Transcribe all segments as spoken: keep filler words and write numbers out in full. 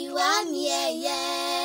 ìwà mi ẹ̀yẹ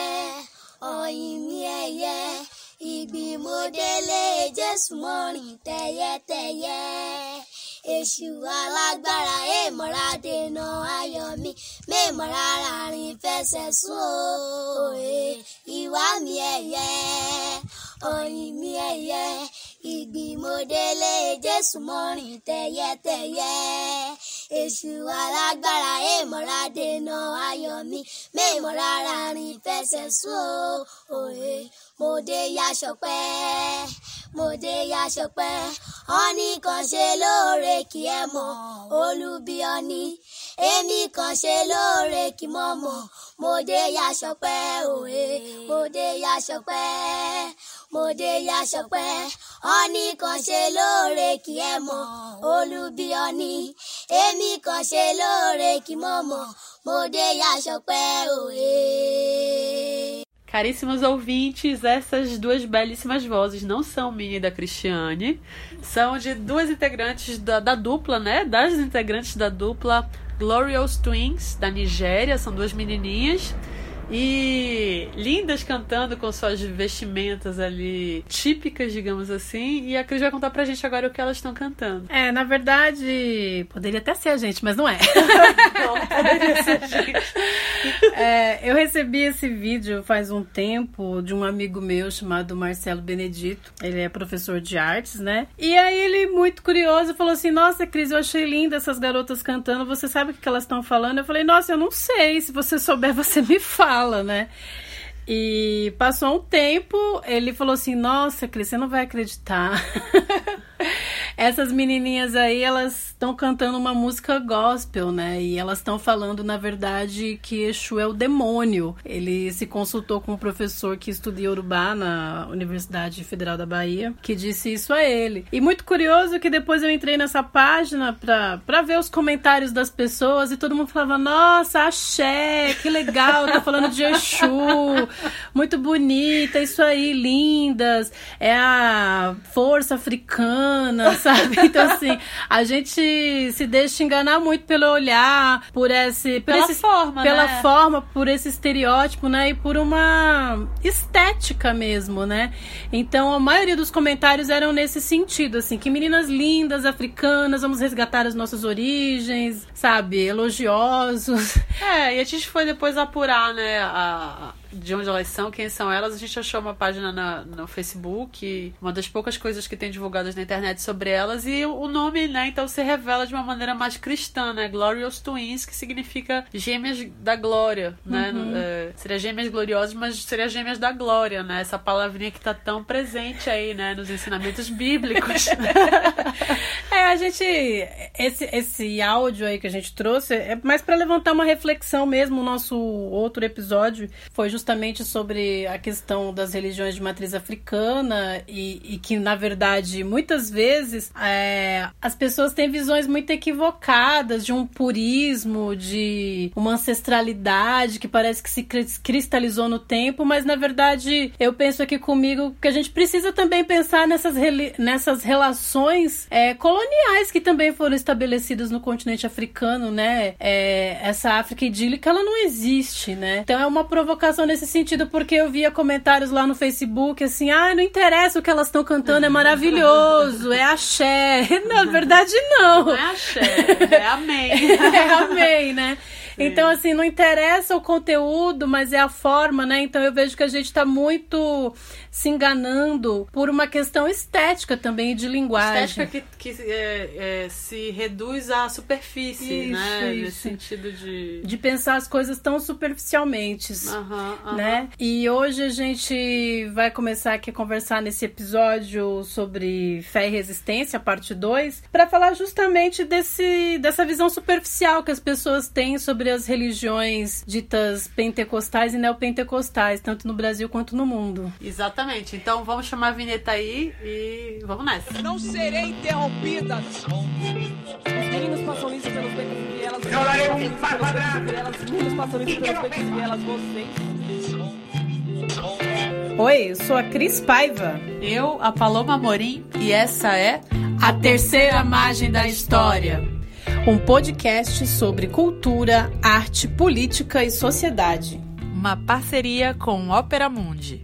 ọ̀yìn mi ẹ̀yẹ ìgbìmọ̀ délé Jésù mọ́rin tẹ̀yẹtẹ̀yẹ èṣù alágbára èèmọ̀ra dènà ayọ̀ mi mẹ́mọ̀ra rárìn fẹsẹ̀ sún òye ìwà mi ẹ̀yẹ ọ̀yìn mi ẹ̀yẹ ìgbìmọ̀ délé Jésù mọ́rin tẹ̀yẹtẹ̀yẹ èṣù alágbára èèmọ̀ra dènà ayọ̀ mi mẹ́mọ̀ra rárìn fẹsẹ̀ sún òye mo dé yaṣọpẹ́ mo dé yaṣọpẹ́ ọ́ní kan ṣe lóore kí ẹ mọ̀ olúbíọ́ní èmi kan ṣe lóore kí mọ̀ mọ̀ mo dé yaṣọpẹ́ òye mo dé yaṣọpẹ́ mo dé yaṣọpẹ́ ọ́ní kan ṣe lóore kí ẹ mọ̀ olúbíọ́ní èmi kan ṣe lóore kí mọ̀ mọ̀ mo dé yaṣọpẹ́ òye. Caríssimos ouvintes, essas duas belíssimas vozes não são minha e da Cristiane, são de duas integrantes da, da dupla, né? Das integrantes da dupla Glorious Twins, da Nigéria, são duas menininhas e lindas cantando com suas vestimentas ali típicas, digamos assim, e a Cris vai contar pra gente agora o que elas estão cantando. É, na verdade, poderia até ser a gente, mas não é. Não, não poderia ser a gente. É, eu recebi esse vídeo faz um tempo de um amigo meu chamado Marcelo Benedito, ele é professor de artes, né? E aí ele, muito curioso, falou assim, nossa, Cris, eu achei linda essas garotas cantando, você sabe o que elas estão falando? Eu falei, nossa, eu não sei, se você souber, você me fala. Fala, né? E passou um tempo, ele falou assim, nossa, Cris, você não vai acreditar. Essas menininhas aí, elas estão cantando uma música gospel, né? E elas estão falando, na verdade, que Exu é o demônio. Ele se consultou com um professor que estuda Yorubá na Universidade Federal da Bahia, que disse isso a ele. E muito curioso que depois eu entrei nessa página pra, pra ver os comentários das pessoas e todo mundo falava, nossa, axé, que legal, tá falando de Exu, muito bonita, isso aí, lindas, é a força africana, sabe? Então, assim, a gente se deixa enganar muito pelo olhar, por esse... Por pela esse, forma, Pela né? forma, por esse estereótipo, né? E por uma estética mesmo, né? Então, a maioria dos comentários eram nesse sentido, assim, que meninas lindas, africanas, vamos resgatar as nossas origens, sabe? Elogiosos. É, e a gente foi depois apurar, né, a... de onde elas são, quem são elas. A gente achou uma página na, no Facebook, uma das poucas coisas que tem divulgadas na internet sobre elas, e o nome, né, então se revela de uma maneira mais cristã, né, Glorious Twins, que significa gêmeas da glória, né, uhum. é, seria gêmeas gloriosas, mas seria gêmeas da glória, né, essa palavrinha que tá tão presente aí, né, nos ensinamentos bíblicos. É, a gente, esse, esse áudio aí que a gente trouxe é mais para levantar uma reflexão mesmo. O nosso outro episódio foi justamente sobre a questão das religiões de matriz africana e, e que, na verdade, muitas vezes é, as pessoas têm visões muito equivocadas de um purismo, de uma ancestralidade que parece que se cristalizou no tempo, mas, na verdade, eu penso aqui comigo que a gente precisa também pensar nessas, nessas relações é, coloniais que também foram estabelecidas no continente africano, né? É, essa África idílica, ela não existe, né? Então, é uma provocação nesse sentido, porque eu via comentários lá no Facebook assim, ah, não interessa o que elas estão cantando, é maravilhoso, é axé. Na verdade, não. Não é axé, é amém. É amém, né? Sim. Então, assim, não interessa o conteúdo, mas é a forma, né? Então, eu vejo que a gente tá muito se enganando por uma questão estética também, de linguagem. Estética que, que é, é, se reduz à superfície, isso, né? Isso. Nesse sentido de... De pensar as coisas tão superficialmente, uhum, uhum. né? E hoje a gente vai começar aqui a conversar nesse episódio sobre fé e resistência, parte dois, para falar justamente desse, dessa visão superficial que as pessoas têm sobre as religiões ditas pentecostais e neopentecostais, tanto no Brasil quanto no mundo. Exatamente. Então vamos chamar a vinheta aí e vamos nessa. Não serei interrompida. Os meninos passam liso pelos peitos e elas... Os meninos passam liso pelos peitos e elas, vocês... Oi, eu sou a Cris Paiva. Eu, a Paloma Amorim, e essa é... A Terceira Margem da História. um podcast sobre cultura, arte, política e sociedade. Uma parceria com Ópera Mundi.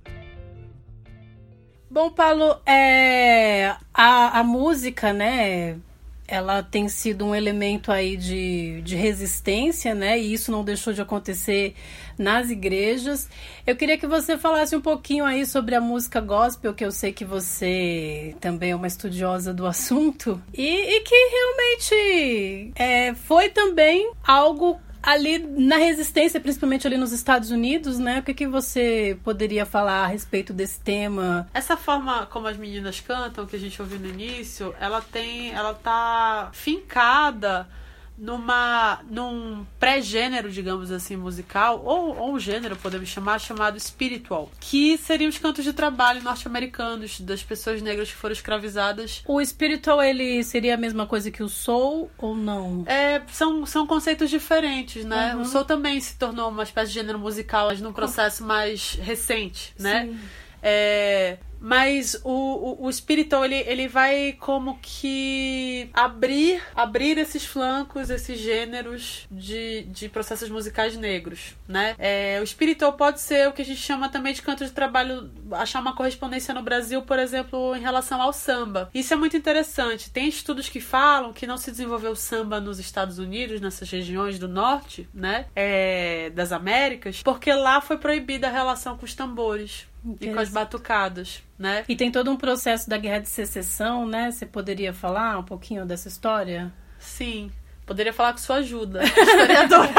Bom, Paulo, é, a, a música, né, ela tem sido um elemento aí de, de resistência, né, e isso não deixou de acontecer nas igrejas. Eu queria que você falasse um pouquinho aí sobre a música gospel, que eu sei que você também é uma estudiosa do assunto, e, e que realmente é, foi também algo ali na resistência, principalmente ali nos Estados Unidos, né? O que, que você poderia falar a respeito desse tema? Essa forma como as meninas cantam, que a gente ouviu no início, ela tem, ela tá fincada numa, num pré-gênero, digamos assim, musical, ou, ou um gênero, podemos chamar, chamado spiritual, que seriam os cantos de trabalho norte-americanos das pessoas negras que foram escravizadas. O spiritual, ele seria a mesma coisa que o soul, ou não? É, são, são conceitos diferentes, né? Uhum. O soul também se tornou uma espécie de gênero musical, mas num processo mais recente, né? Sim. É... Mas o, o, o spiritual, ele, ele vai como que abrir, abrir esses flancos, esses gêneros de, de processos musicais negros, né? É, o spiritual pode ser o que a gente chama também de canto de trabalho, achar uma correspondência no Brasil, por exemplo, em relação ao samba. Isso é muito interessante. Tem estudos que falam que não se desenvolveu samba nos Estados Unidos, nessas regiões do norte, né? É, das Américas, porque lá foi proibida a relação com os tambores e com as batucadas, né? E tem todo um processo da Guerra de Secessão, né? Você poderia falar um pouquinho dessa história? Sim, poderia falar com sua ajuda, historiadora.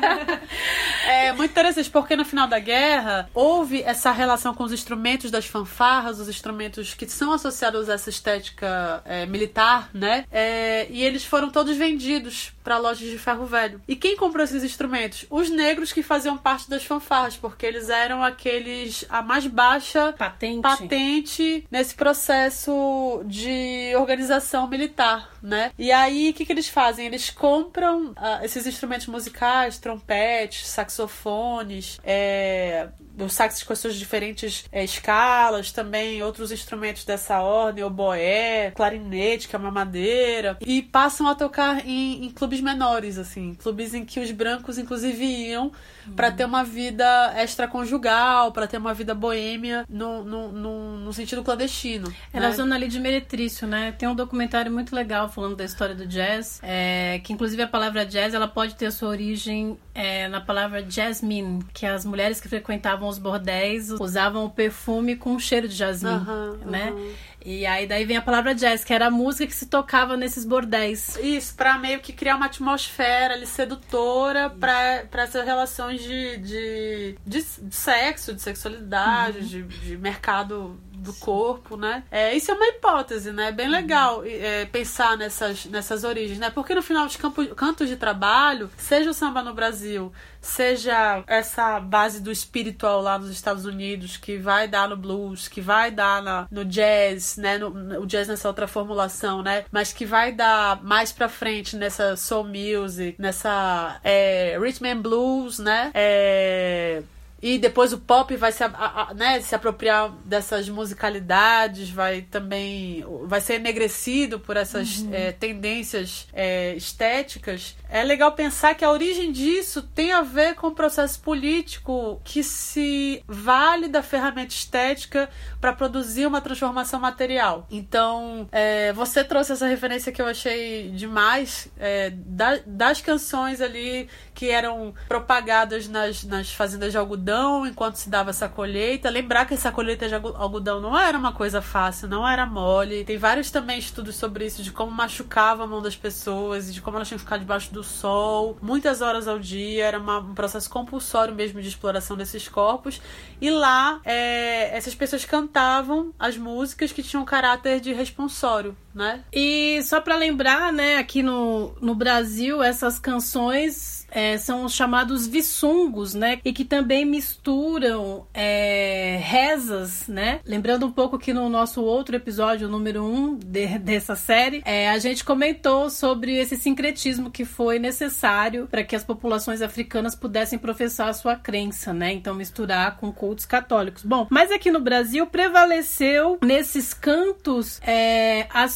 É muito interessante, porque no final da guerra houve essa relação com os instrumentos das fanfarras, os instrumentos que são associados a essa estética é, militar, né? É, e eles foram todos vendidos para lojas de ferro velho. E quem comprou esses instrumentos? Os negros que faziam parte das fanfarras, porque eles eram aqueles, a mais baixa patente, patente nesse processo de organização militar, né? E aí, o que, que eles fazem? Eles compram uh, esses instrumentos musicais, trompetes, saxofones, é, os saxos com as suas diferentes é, escalas, também outros instrumentos dessa ordem, oboé, clarinete, que é uma madeira, e passam a tocar em, em clubes menores, assim, clubes em que os brancos, inclusive, iam uhum. para ter uma vida extraconjugal, para ter uma vida boêmia no, no, no, no sentido clandestino. É, né? Na zona ali de Meretrício, né? Tem um documentário muito legal falando da história do jazz, é, que inclusive a palavra jazz, ela pode ter sua origem é, na palavra jasmine, que as mulheres que frequentavam os bordéis usavam o perfume com cheiro de jasmim, uhum, né? Uhum. E aí daí vem a palavra jazz, que era a música que se tocava nesses bordéis. Isso, pra meio que criar uma atmosfera ali sedutora pra, pra essas relações de, de, de, de sexo, de sexualidade, uhum. de, de mercado do corpo, né? É, isso é uma hipótese, né? É bem legal é, pensar nessas, nessas origens, né? Porque no final, os campos, cantos de trabalho, seja o samba no Brasil, seja essa base do espiritual lá nos Estados Unidos, que vai dar no blues, que vai dar na, no jazz, né? No, no, o jazz nessa outra formulação, né? Mas que vai dar mais pra frente nessa soul music, nessa é, rhythm and blues, né? É... E depois o pop vai se, a, a, né, se apropriar dessas musicalidades, vai também vai ser enegrecido por essas uhum. é, tendências é, estéticas. É legal pensar que a origem disso tem a ver com o processo político que se vale da ferramenta estética para produzir uma transformação material. Então, é, você trouxe essa referência que eu achei demais, é, da, das canções ali que eram propagadas nas, nas fazendas de algodão enquanto se dava essa colheita. Lembrar que essa colheita de algodão não era uma coisa fácil, não era mole. Tem vários também estudos sobre isso, de como machucava a mão das pessoas e de como elas tinham que ficar debaixo do sol muitas horas ao dia. Era uma, um processo compulsório mesmo de exploração desses corpos. E lá, é, essas pessoas cantavam as músicas que tinham caráter de responsório, né? E só pra lembrar, né, aqui no, no Brasil, essas canções é, são os chamados vissungos, né? E que também misturam é, rezas, né? Lembrando um pouco que no nosso outro episódio, o número um de, dessa série, é, a gente comentou sobre esse sincretismo que foi necessário para que as populações africanas pudessem professar a sua crença, né? Então misturar com cultos católicos. Bom, mas aqui no Brasil prevaleceu nesses cantos é, as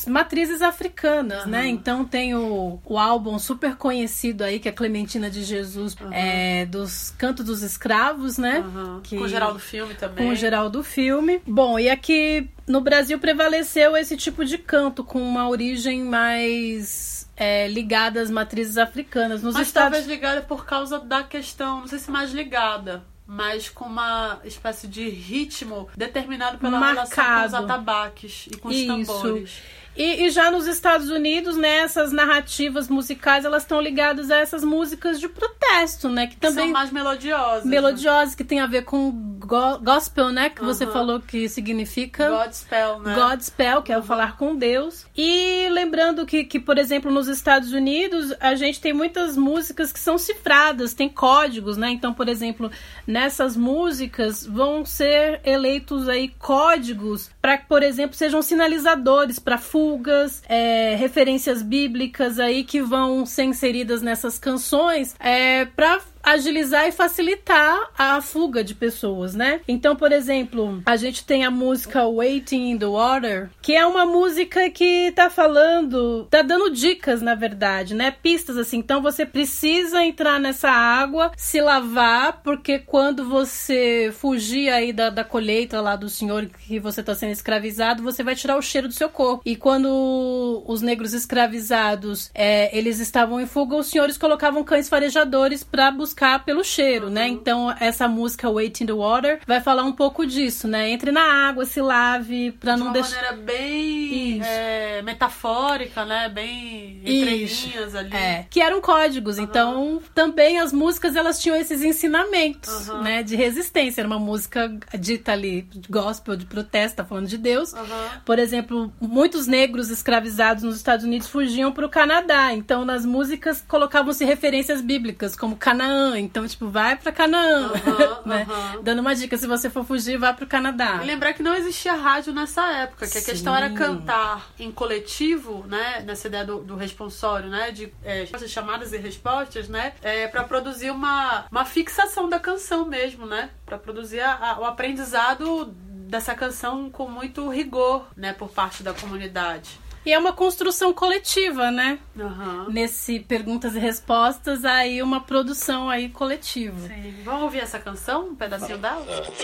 das matrizes africanas, uhum. né? Então tem o, o álbum super conhecido aí, que é Clementina de Jesus, uhum. é, dos Cantos dos Escravos, né? Uhum. Que, com o geral do filme também. Com o geral do filme. Bom, e aqui no Brasil prevaleceu esse tipo de canto, com uma origem mais... É, ligada às matrizes africanas. Nos mas Estados... talvez ligada por causa da questão, não sei se mais ligada, mas com uma espécie de ritmo determinado pela Marcado. relação com os atabaques e com os Isso. tambores. E, e já nos Estados Unidos, né, essas narrativas musicais, elas estão ligadas a essas músicas de protesto, né? Que também são mais melodiosas. Melodiosas, né? Que tem a ver com go- gospel, né? Que uh-huh. você falou que significa... Godspell, né? Godspell, que uh-huh. é o falar com Deus. E lembrando que, que, por exemplo, nos Estados Unidos, a gente tem muitas músicas que são cifradas, tem códigos, né? Então, por exemplo, nessas músicas vão ser eleitos aí códigos para que, por exemplo, sejam sinalizadores para fugas, é, referências bíblicas aí que vão ser inseridas nessas canções é, para agilizar e facilitar a fuga de pessoas, né? Então, por exemplo, a gente tem a música Waiting in the Water, que é uma música que tá falando, tá dando dicas, na verdade, né? Pistas, assim. Então, você precisa entrar nessa água, se lavar, porque quando você fugir aí da, da colheita lá do senhor que você tá sendo escravizado, você vai tirar o cheiro do seu corpo. E quando os negros escravizados, é, eles estavam em fuga, os senhores colocavam cães farejadores para buscar pelo cheiro, uhum. né? Então, essa música Wait in the Water vai falar um pouco disso, né? Entre na água, se lave, pra não deixar... De uma maneira bem é, metafórica, né? Bem entre linhas ali. É. Que eram códigos. Uhum. Então, também as músicas, elas tinham esses ensinamentos, uhum. né? De resistência. Era uma música dita ali, de gospel, de protesto, tá falando de Deus. Uhum. Por exemplo, muitos negros escravizados nos Estados Unidos fugiam pro Canadá. Então, nas músicas, colocavam-se referências bíblicas, como Canaã. Então, tipo, vai pra Canaã, uhum, né? Uhum. Dando uma dica, se você for fugir, vai pro Canadá. E lembrar que não existia rádio nessa época, que Sim. a questão era cantar em coletivo, né? Nessa ideia do, do responsório, né? De é, chamadas e respostas, né? É, pra produzir uma, uma fixação da canção mesmo, né? Pra produzir a, a, o aprendizado dessa canção com muito rigor, né? Por parte da comunidade. E é uma construção coletiva, né? Uhum. Nesse perguntas e respostas, aí uma produção aí coletiva. Sim. Vamos ouvir essa canção? Um pedacinho dela?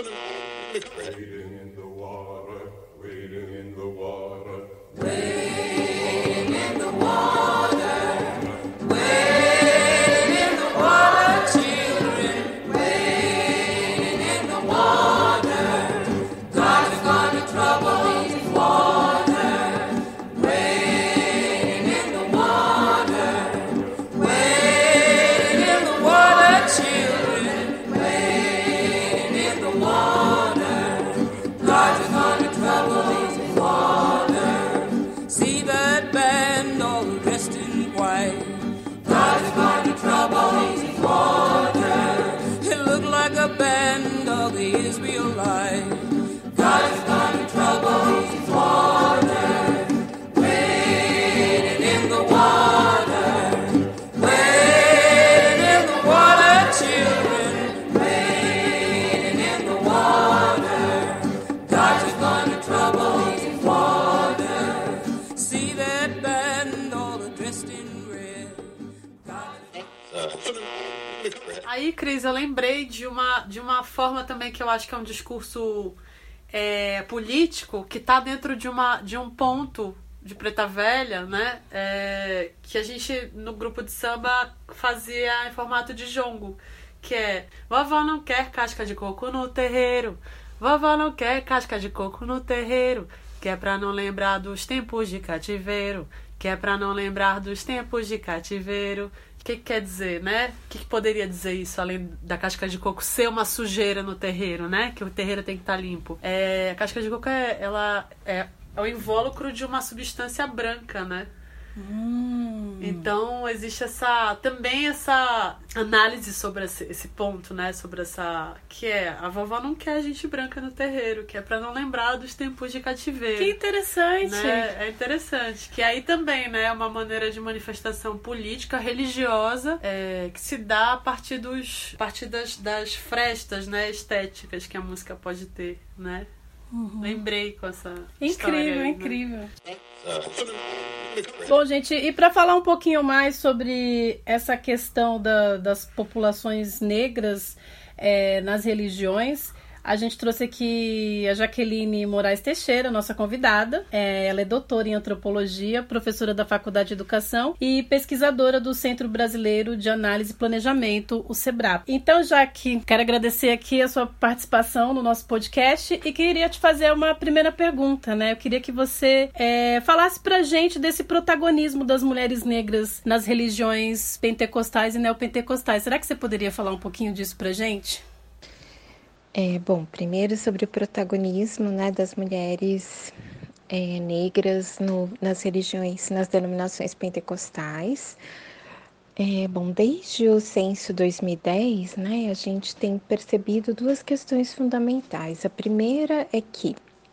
Waiting in the water, waiting in the water, waiting in the water, waiting in the water, children, waiting in the water. God is gonna trouble these waters. Aí, Cris, eu lembrei de uma, de uma forma também que eu acho que é um discurso é, político que tá dentro de, uma, de um ponto de Preta Velha, né? É, que a gente, no grupo de samba, fazia em formato de jongo, que é: vovó não quer casca de coco no terreiro, vovó não quer casca de coco no terreiro, que é pra não lembrar dos tempos de cativeiro, que é pra não lembrar dos tempos de cativeiro. O que, que quer dizer, né? O que, que poderia dizer isso, além da casca de coco ser uma sujeira no terreiro, né? Que o terreiro tem que estar limpo. É, a casca de coco é, ela é, é o invólucro de uma substância branca, né? Hum. Então existe essa também essa análise sobre esse, esse ponto, né? Sobre essa... que é, a vovó não quer gente branca no terreiro, que é pra não lembrar dos tempos de cativeiro. Que interessante! Né? É interessante. Que aí também, né, é uma maneira de manifestação política, religiosa, é, que se dá a partir, dos, a partir das, das frestas, né, estéticas que a música pode ter, né? Uhum. Lembrei com essa história Incrível, aí, incrível. Né? Bom, gente, e para falar um pouquinho mais sobre essa questão da, das populações negras é, nas religiões, a gente trouxe aqui a Jaqueline Moraes Teixeira, nossa convidada. É, ela é doutora em antropologia, professora da Faculdade de Educação e pesquisadora do Centro Brasileiro de Análise e Planejamento, o SEBRAP. Então, Jaque, quero agradecer aqui a sua participação no nosso podcast e queria te fazer uma primeira pergunta, né? Eu queria que você é, falasse pra gente desse protagonismo das mulheres negras nas religiões pentecostais e neopentecostais. Será que você poderia falar um pouquinho disso pra gente? É, bom, primeiro sobre o protagonismo, né, das mulheres é, negras no, nas religiões, nas denominações pentecostais. É, bom, desde o censo dois mil e dez, né, a gente tem percebido duas questões fundamentais. A primeira é que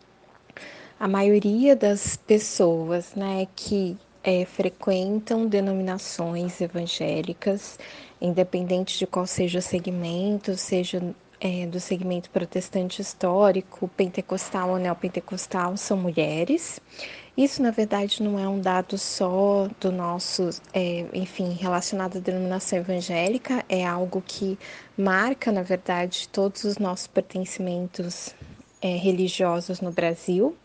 a maioria das pessoas, né, que é, frequentam denominações evangélicas, independente de qual seja o segmento, seja é, do segmento protestante histórico, pentecostal ou neopentecostal, são mulheres. Isso, na verdade, não é um dado só do nosso, é, enfim, relacionado à denominação evangélica, é algo que marca, na verdade, todos os nossos pertencimentos é, religiosos no Brasil.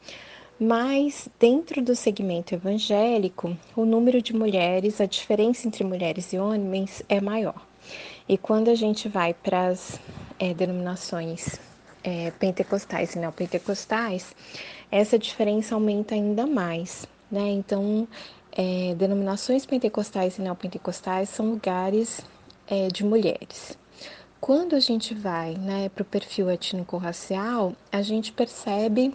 Mas, dentro do segmento evangélico, o número de mulheres, a diferença entre mulheres e homens é maior. E quando a gente vai para as é, denominações é, pentecostais e neopentecostais, essa diferença aumenta ainda mais, né? Então, é, denominações pentecostais e neopentecostais são lugares é, de mulheres. Quando a gente vai, né, para o perfil étnico-racial, a gente percebe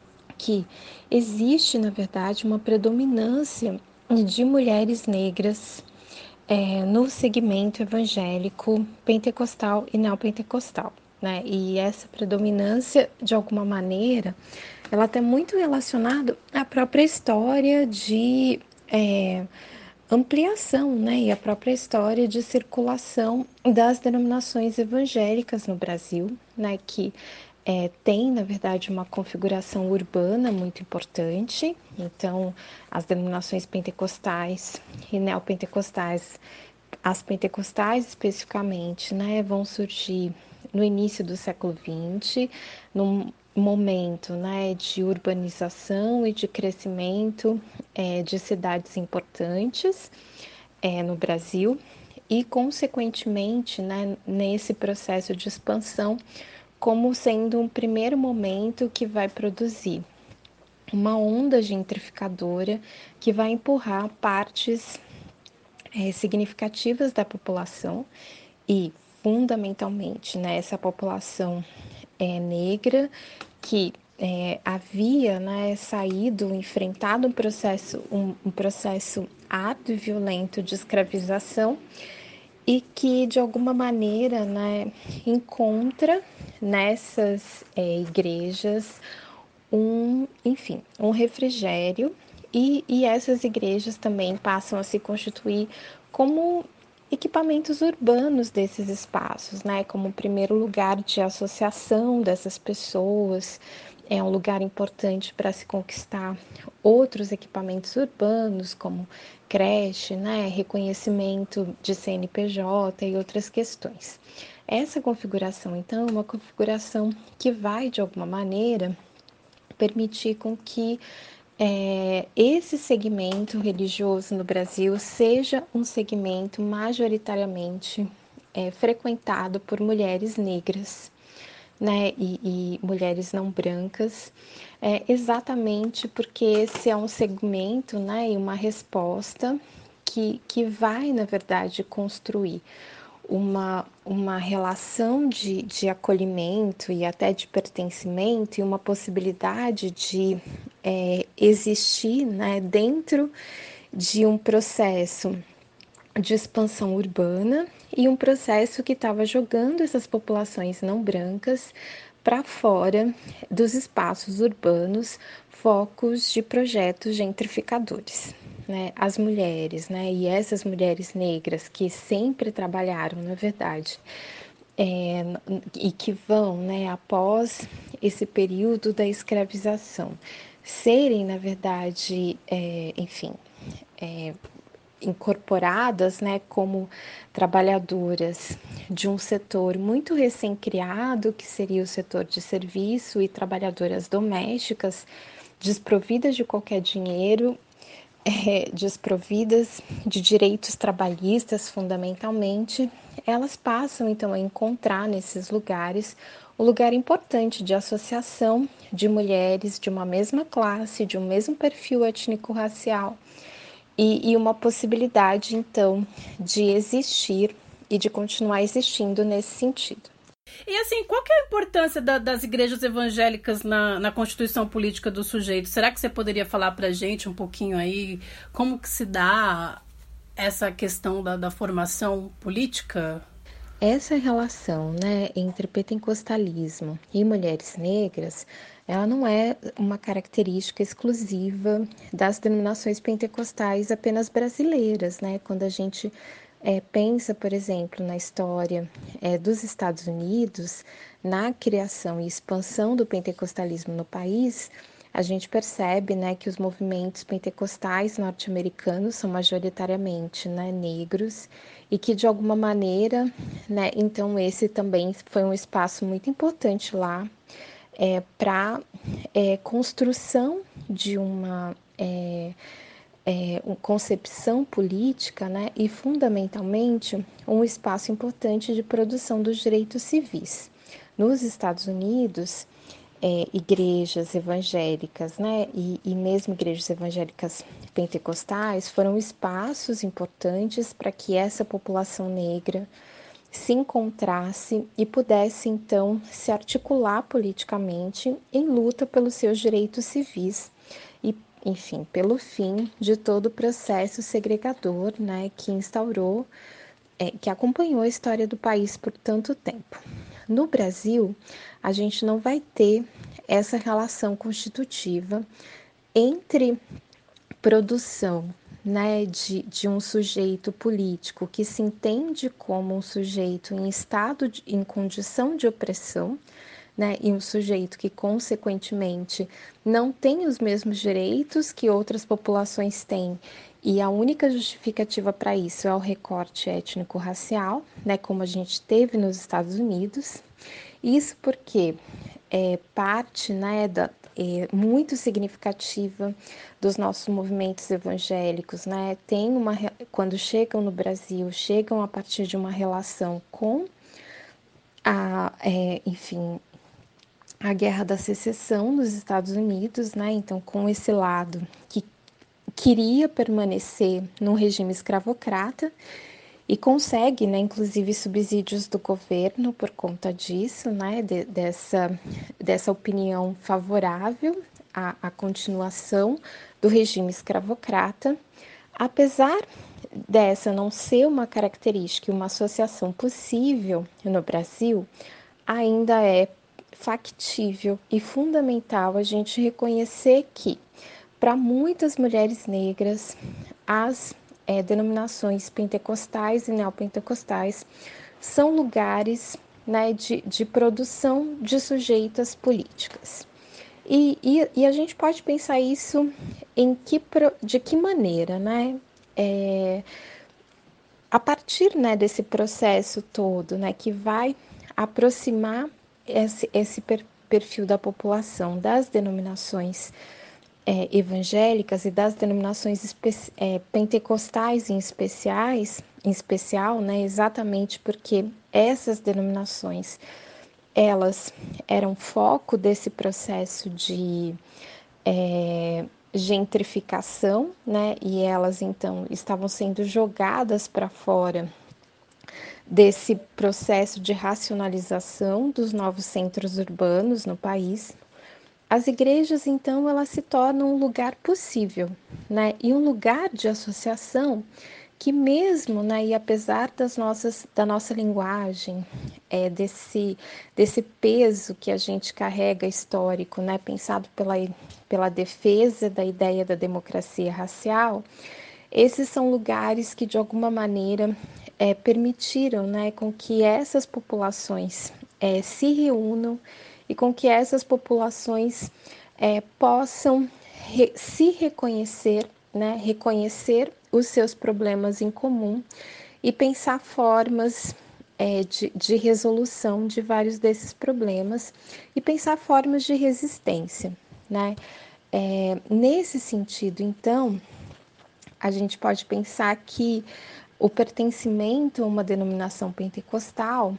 que existe, na verdade, uma predominância de mulheres negras é, no segmento evangélico, pentecostal e neopentecostal, né? E essa predominância, de alguma maneira, ela está muito relacionada à própria história de é, ampliação, né? E a própria história de circulação das denominações evangélicas no Brasil, né? Que é, tem, na verdade, uma configuração urbana muito importante. Então, as denominações pentecostais e neopentecostais, as pentecostais especificamente, né, vão surgir no início do século vinte, num momento, né, de urbanização e de crescimento é, de cidades importantes é, no Brasil e, consequentemente, né, nesse processo de expansão, como sendo um primeiro momento que vai produzir uma onda gentrificadora que vai empurrar partes é, significativas da população e, fundamentalmente, né, essa população é, negra que é, havia, né, saído, enfrentado um processo, um, um processo árduo e violento de escravização e que, de alguma maneira, né, encontra nessas é, igrejas um, enfim, um refrigério e, e essas igrejas também passam a se constituir como equipamentos urbanos desses espaços, né, como primeiro lugar de associação dessas pessoas. É um lugar importante para se conquistar outros equipamentos urbanos, como creche, né, reconhecimento de C N P J e outras questões. Essa configuração, então, é uma configuração que vai, de alguma maneira, permitir com que é, esse segmento religioso no Brasil seja um segmento majoritariamente é, frequentado por mulheres negras, né, e, e mulheres não brancas, é, exatamente porque esse é um segmento, né, e uma resposta que, que vai, na verdade, construir uma, uma relação de, de acolhimento e até de pertencimento e uma possibilidade de é, existir, né, dentro de um processo de expansão urbana e um processo que estava jogando essas populações não brancas para fora dos espaços urbanos, focos de projetos gentrificadores. Né, as mulheres, né, e essas mulheres negras que sempre trabalharam, na verdade, é, e que vão, né, após esse período da escravização, serem, na verdade, é, enfim, é, incorporadas, né, como trabalhadoras de um setor muito recém-criado, que seria o setor de serviço, e trabalhadoras domésticas, desprovidas de qualquer dinheiro, é, desprovidas de direitos trabalhistas, fundamentalmente, elas passam então a encontrar nesses lugares um lugar importante de associação de mulheres de uma mesma classe, de um mesmo perfil étnico-racial, e, e uma possibilidade então de existir e de continuar existindo nesse sentido. E assim, qual que é a importância da, das igrejas evangélicas na, na constituição política do sujeito? Será que você poderia falar para a gente um pouquinho aí como que se dá essa questão da, da formação política? Essa relação, né, entre pentecostalismo e mulheres negras, ela não é uma característica exclusiva das denominações pentecostais apenas brasileiras, né? Quando a gente é, pensa, por exemplo, na história é, dos Estados Unidos, na criação e expansão do pentecostalismo no país, a gente percebe, né, que os movimentos pentecostais norte-americanos são majoritariamente, né, negros, e que de alguma maneira, né, então esse também foi um espaço muito importante lá é, para é, construção de uma é, é, uma concepção política, né, e fundamentalmente um espaço importante de produção dos direitos civis. Nos Estados Unidos, É, igrejas evangélicas, né, e, e mesmo igrejas evangélicas pentecostais foram espaços importantes para que essa população negra se encontrasse e pudesse então se articular politicamente em luta pelos seus direitos civis e, enfim, pelo fim de todo o processo segregador, né, que instaurou, é, que acompanhou a história do país por tanto tempo. No Brasil, a gente não vai ter essa relação constitutiva entre produção, né, de, de um sujeito político que se entende como um sujeito em estado, de, em condição de opressão, né, e um sujeito que, consequentemente, não tem os mesmos direitos que outras populações têm, e a única justificativa para isso é o recorte étnico-racial, né, como a gente teve nos Estados Unidos. Isso porque é parte, né, da, é, muito significativa dos nossos movimentos evangélicos, né, tem uma, quando chegam no Brasil, chegam a partir de uma relação com a, é, enfim, a Guerra da Secessão nos Estados Unidos, né, então com esse lado que queria permanecer no regime escravocrata e consegue, né, inclusive subsídios do governo por conta disso, né, de, dessa, dessa opinião favorável à, à continuação do regime escravocrata. Apesar dessa não ser uma característica e uma associação possível no Brasil, ainda é factível e fundamental a gente reconhecer que, para muitas mulheres negras, as é, denominações pentecostais e neopentecostais são lugares, né, de, de produção de sujeitas políticas. E, e, e a gente pode pensar isso em que, de que maneira, né? É, a partir, né, desse processo todo, né, que vai aproximar esse, esse per, perfil da população das denominações É, evangélicas e das denominações espe- é, pentecostais em especiais, em especial, né, exatamente porque essas denominações elas eram foco desse processo de é, gentrificação, né, e elas então estavam sendo jogadas para fora desse processo de racionalização dos novos centros urbanos no país. As igrejas, então, elas se tornam um lugar possível, né? E um lugar de associação que mesmo, né, e apesar das nossas, da nossa linguagem, é, desse, desse peso que a gente carrega histórico, né, pensado pela, pela defesa da ideia da democracia racial, esses são lugares que, de alguma maneira, é, permitiram, né, com que essas populações é, se reúnam e com que essas populações é, possam re- se reconhecer, né, reconhecer os seus problemas em comum e pensar formas é, de, de resolução de vários desses problemas e pensar formas de resistência, né? É, nesse sentido, então, a gente pode pensar que o pertencimento a uma denominação pentecostal,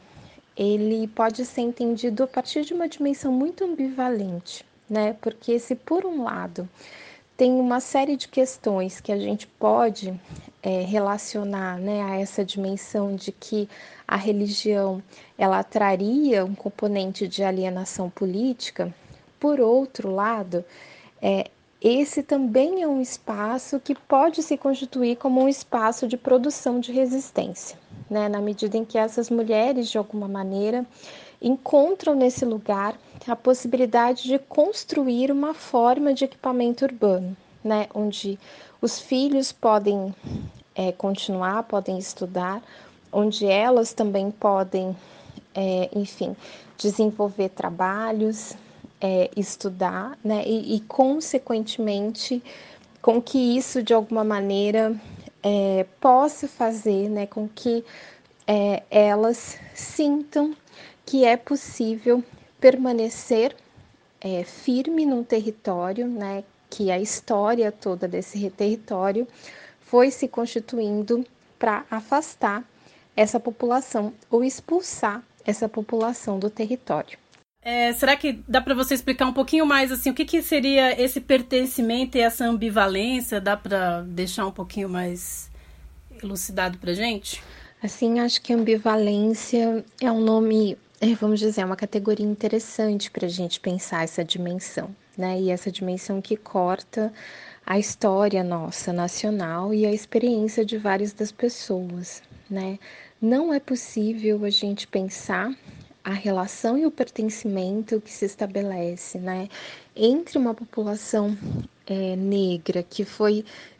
ele pode ser entendido a partir de uma dimensão muito ambivalente, né? Porque se por um lado tem uma série de questões que a gente pode é, relacionar, né, a essa dimensão de que a religião ela traria um componente de alienação política, por outro lado, é, esse também é um espaço que pode se constituir como um espaço de produção de resistência, né? Na medida em que essas mulheres, de alguma maneira, encontram nesse lugar a possibilidade de construir uma forma de equipamento urbano, né? Onde os filhos podem é, continuar, podem estudar, onde elas também podem, é, enfim, desenvolver trabalhos, É, estudar, né, e, e, consequentemente, com que isso, de alguma maneira, é, possa fazer, né, com que é, elas sintam que é possível permanecer é, firme num território, né, que a história toda desse território foi se constituindo para afastar essa população ou expulsar essa população do território. É, será que dá para você explicar um pouquinho mais assim, o que, que seria esse pertencimento e essa ambivalência? Dá para deixar um pouquinho mais elucidado para gente? Assim, acho que ambivalência é um nome, vamos dizer, é uma categoria interessante para a gente pensar essa dimensão, né? E essa dimensão que corta a história nossa nacional e a experiência de várias das pessoas, né? Não é possível a gente pensar a relação e o pertencimento que se estabelece, né, entre uma população é, negra que foi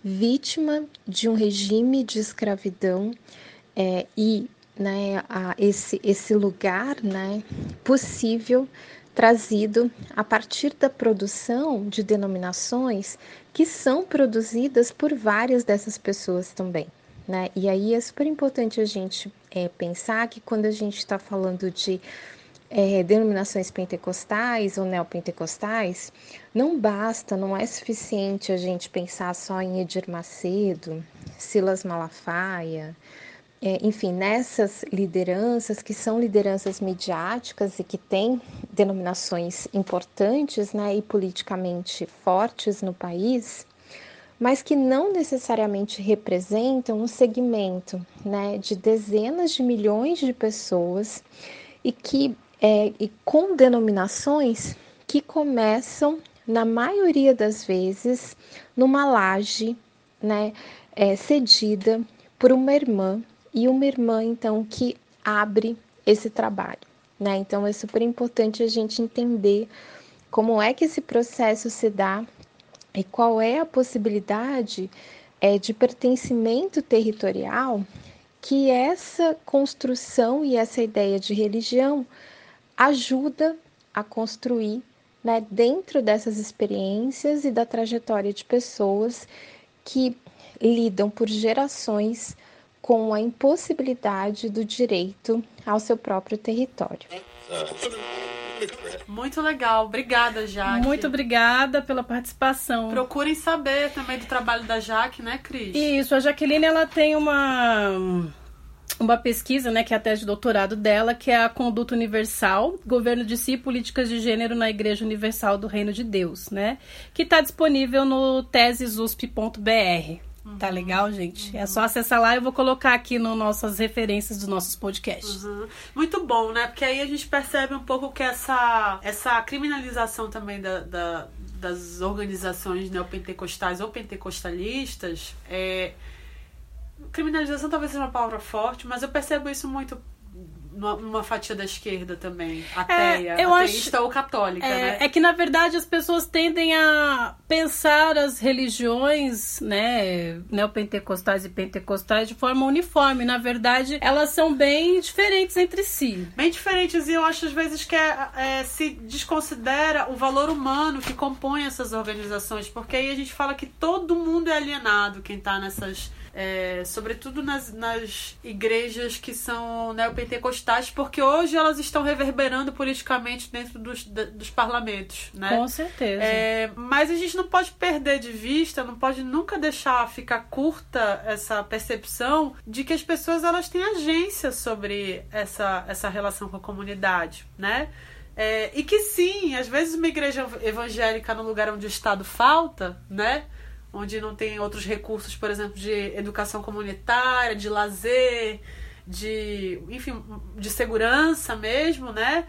vítima de um regime de escravidão é, e, né, a esse, esse lugar, né, possível trazido a partir da produção de denominações que são produzidas por várias dessas pessoas também. Né? E aí é super importante a gente é, pensar que quando a gente está falando de é, denominações pentecostais ou neopentecostais, não basta, não é suficiente a gente pensar só em Edir Macedo, Silas Malafaia, é, enfim, nessas lideranças que são lideranças midiáticas e que têm denominações importantes, né, e politicamente fortes no país, mas que não necessariamente representam um segmento, né, de dezenas de milhões de pessoas e que é, e com denominações que começam, na maioria das vezes, numa laje, né, é, cedida por uma irmã, e uma irmã, então, que abre esse trabalho, né? Então, é super importante a gente entender como é que esse processo se dá e qual é a possibilidade é, de pertencimento territorial que essa construção e essa ideia de religião ajuda a construir, né, dentro dessas experiências e da trajetória de pessoas que lidam por gerações com a impossibilidade do direito ao seu próprio território. Muito legal, obrigada, Jaque. Muito obrigada pela participação. Procurem saber também do trabalho da Jaque, né, Cris? Isso, a Jaqueline, ela tem uma, uma pesquisa, né, que é a tese de doutorado dela, que é a Conduta Universal, Governo de Si e Políticas de Gênero na Igreja Universal do Reino de Deus, né, que está disponível no teses U S P ponto B R. Uhum. Tá legal, gente? Uhum. É só acessar lá, eu vou colocar aqui nas nossas referências dos nossos podcasts. Uhum. Muito bom, né? Porque aí a gente percebe um pouco que essa, essa criminalização também da, da, das organizações neopentecostais ou pentecostalistas, é... criminalização talvez seja uma palavra forte, mas eu percebo isso muito numa, numa fatia da esquerda também, ateia, eu ateísta acho, ou católica, é, né? É que, na verdade, as pessoas tendem a pensar as religiões, né, neopentecostais e pentecostais de forma uniforme. Na verdade, elas são bem diferentes entre si. Bem diferentes, e eu acho às vezes que é, é, se desconsidera o valor humano que compõe essas organizações, porque aí a gente fala que todo mundo é alienado, quem tá nessas... É, sobretudo nas, nas igrejas que são neopentecostais, porque hoje elas estão reverberando politicamente dentro dos, de, dos parlamentos, né? Com certeza. É, mas a gente não pode perder de vista, não pode nunca deixar ficar curta essa percepção de que as pessoas elas têm agência sobre essa, essa relação com a comunidade, né? É, e que sim, às vezes uma igreja evangélica no lugar onde o Estado falta, né? Onde não tem outros recursos, por exemplo, de educação comunitária, de lazer, de, enfim, de segurança mesmo, né?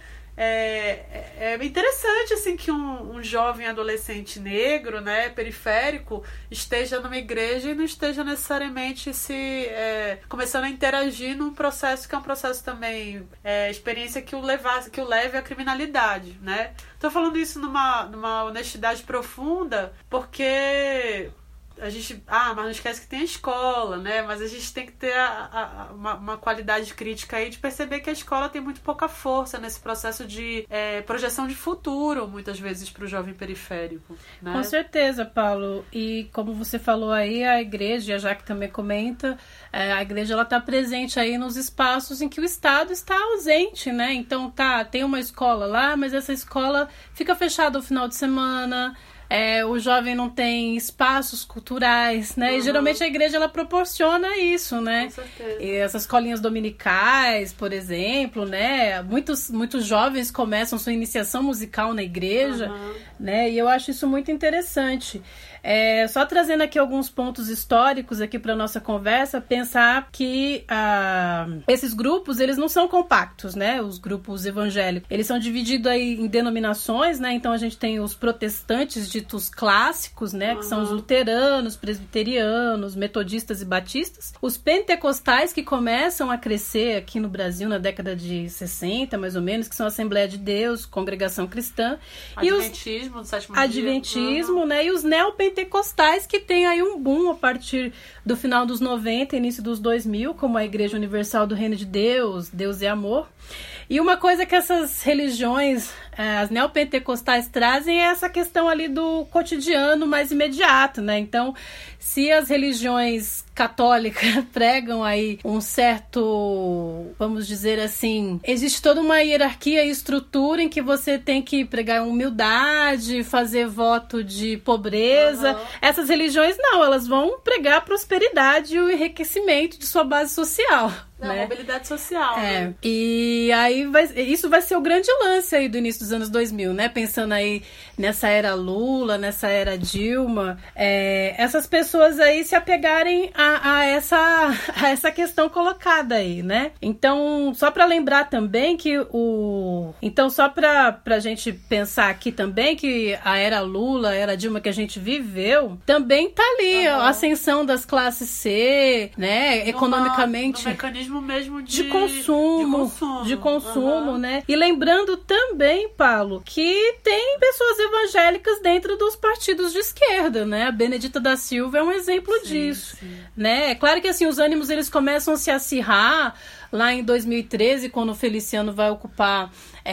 É, é interessante, assim, que um, um jovem adolescente negro, né, periférico, esteja numa igreja e não esteja necessariamente se é, começando a interagir num processo que é um processo também, é, experiência que o, levar, que o leve à criminalidade, né? Tô falando isso numa, numa honestidade profunda, porque... A gente, ah, mas não esquece que tem a escola, né? Mas a gente tem que ter a, a, uma, uma qualidade crítica aí de perceber que a escola tem muito pouca força nesse processo de é, projeção de futuro, muitas vezes, para o jovem periférico, né? Com certeza, Paulo. E como você falou aí, a igreja, e a Jaque também comenta, é, a igreja ela está presente aí nos espaços em que o Estado está ausente, né? Então tá, tem uma escola lá, mas essa escola fica fechada no final de semana. É, o jovem não tem espaços culturais, né? Uhum. E geralmente a igreja ela proporciona isso, né? Com certeza. E essas escolinhas dominicais, por exemplo, né? Muitos, muitos jovens começam sua iniciação musical na igreja, uhum. né? E eu acho isso muito interessante. É, só trazendo aqui alguns pontos históricos aqui para nossa conversa, pensar que ah, esses grupos, eles não são compactos, né? Os grupos evangélicos, eles são divididos aí em denominações, né? Então a gente tem os protestantes ditos clássicos, né? Uhum. Que são os luteranos, presbiterianos, metodistas e batistas. Os pentecostais, que começam a crescer aqui no Brasil na década de sessenta, mais ou menos, que são a Assembleia de Deus, Congregação Cristã. Adventismo, e os... do sétimo Adventismo, dia. né? E os neopentecostais, pentecostais que tem aí um boom a partir do final dos noventa, início dos dois mil, como a Igreja Universal do Reino de Deus, Deus é Amor. E uma coisa que essas religiões, as neopentecostais trazem é essa questão ali do cotidiano mais imediato, né? Então, se as religiões católicas pregam aí um certo, vamos dizer assim, existe toda uma hierarquia e estrutura em que você tem que pregar humildade, fazer voto de pobreza. Uhum. Essas religiões não, elas vão pregar prosperidade e o enriquecimento de sua base social. É, né? Mobilidade social. É. Né? E aí vai, isso vai ser o grande lance aí do início dos anos dois mil, né? Pensando aí nessa era Lula, nessa era Dilma, é, essas pessoas aí se apegarem a, a, essa, a essa questão colocada aí, né? Então, só para lembrar também que o... Então, só para pra gente pensar aqui também que a era Lula, a era Dilma que a gente viveu, também tá ali, uhum. a ascensão das classes C, né? Numa, economicamente... No mecanismo mesmo de, de consumo, de consumo, de consumo uhum. né? E lembrando também, Paulo, que tem pessoas evangélicas dentro dos partidos de esquerda, né? A Benedita da Silva é um exemplo sim, disso, sim. né? É claro que assim, os ânimos eles começam a se acirrar lá em dois mil e treze, quando o Feliciano vai ocupar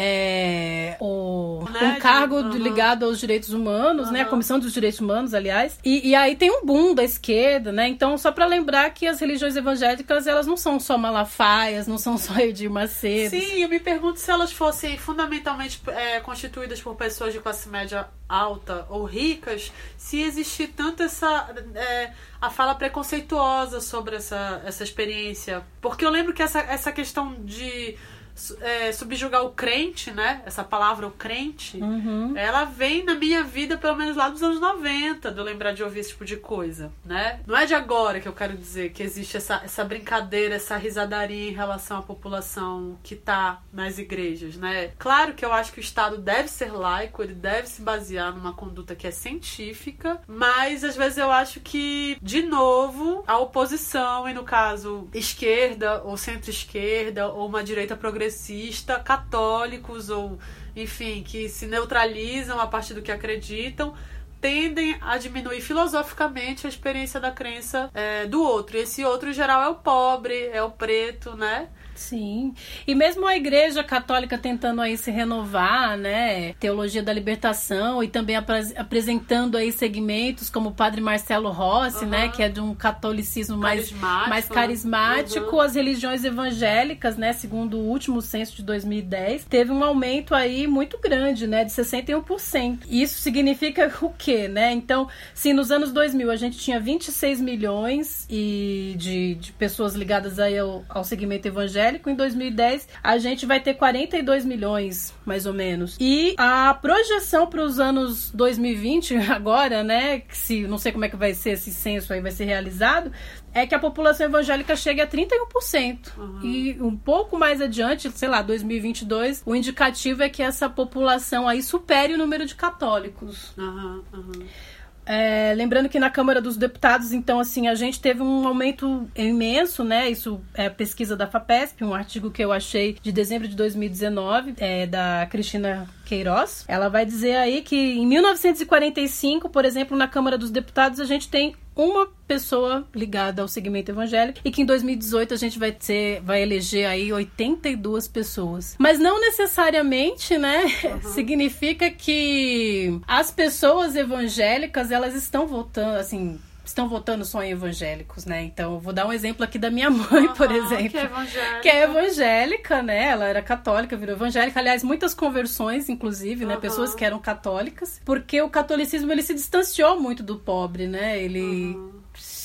é, o, um cargo uhum. ligado aos direitos humanos, uhum. né? A Comissão dos Direitos Humanos, aliás. E, e aí tem um boom da esquerda, né? Então, só para lembrar que as religiões evangélicas, elas não são só Malafaias, não são só Edir Macedo. Sim, eu me pergunto se elas fossem fundamentalmente é, constituídas por pessoas de classe média alta ou ricas, se existir tanto essa... É, a fala preconceituosa sobre essa, essa experiência. Porque eu lembro que essa, essa questão de é, subjugar o crente, né? Essa palavra, o crente, uhum. ela vem na minha vida pelo menos lá dos anos noventa, de eu lembrar de ouvir esse tipo de coisa, né? Não é de agora que eu quero dizer que existe essa, essa brincadeira, essa risadaria em relação à população que tá nas igrejas, né? Claro que eu acho que o Estado deve ser laico, ele deve se basear numa conduta que é científica, mas às vezes eu acho que, de novo, a oposição, e no caso esquerda ou centro-esquerda ou uma direita progressista, progressista, católicos ou, enfim, que se neutralizam a partir do que acreditam, tendem a diminuir filosoficamente a experiência da crença é, do outro. E esse outro, em geral, é o pobre, é o preto, né? Sim, e mesmo a Igreja Católica tentando aí se renovar, né, teologia da libertação, e também apres- apresentando aí segmentos como o Padre Marcelo Rossi, uhum. né, que é de um catolicismo mais carismático, mais carismático. Uhum. As religiões evangélicas, né, segundo o último censo de dois mil e dez, teve um aumento aí muito grande, né, de sessenta e um por cento. Isso significa o quê, né? Então, se nos anos dois mil a gente tinha vinte e seis milhões e de, de pessoas ligadas aí ao, ao segmento evangélico, em dois mil e dez a gente vai ter quarenta e dois milhões, mais ou menos. E a projeção para os anos dois mil e vinte, agora, né, que se, não sei como é que vai ser esse censo aí, vai ser realizado, é que a população evangélica chegue a trinta e um por cento. Uhum. E um pouco mais adiante, sei lá, dois mil e vinte e dois, o indicativo é que essa população aí supere o número de católicos. Uhum, uhum. É, lembrando que na Câmara dos Deputados, então, assim, a gente teve um aumento imenso, né? Isso é pesquisa da FAPESP, um artigo que eu achei de dezembro de dois mil e dezenove, é, da Cristina Queiroz. Ela vai dizer aí que em mil novecentos e quarenta e cinco, por exemplo, na Câmara dos Deputados, a gente tem uma pessoa ligada ao segmento evangélico, e que em dois mil e dezoito a gente vai ter, vai eleger aí oitenta e duas pessoas. Mas não necessariamente, né, uhum. significa que as pessoas evangélicas, elas estão votando, assim, estão votando só em evangélicos, né? Então, eu vou dar um exemplo aqui da minha mãe, uhum, por exemplo. Que é evangélica. Que é evangélica, né? Ela era católica, virou evangélica. Aliás, muitas conversões, inclusive, né? Uhum. Pessoas que eram católicas. Porque o catolicismo, ele se distanciou muito do pobre, né? Ele uhum.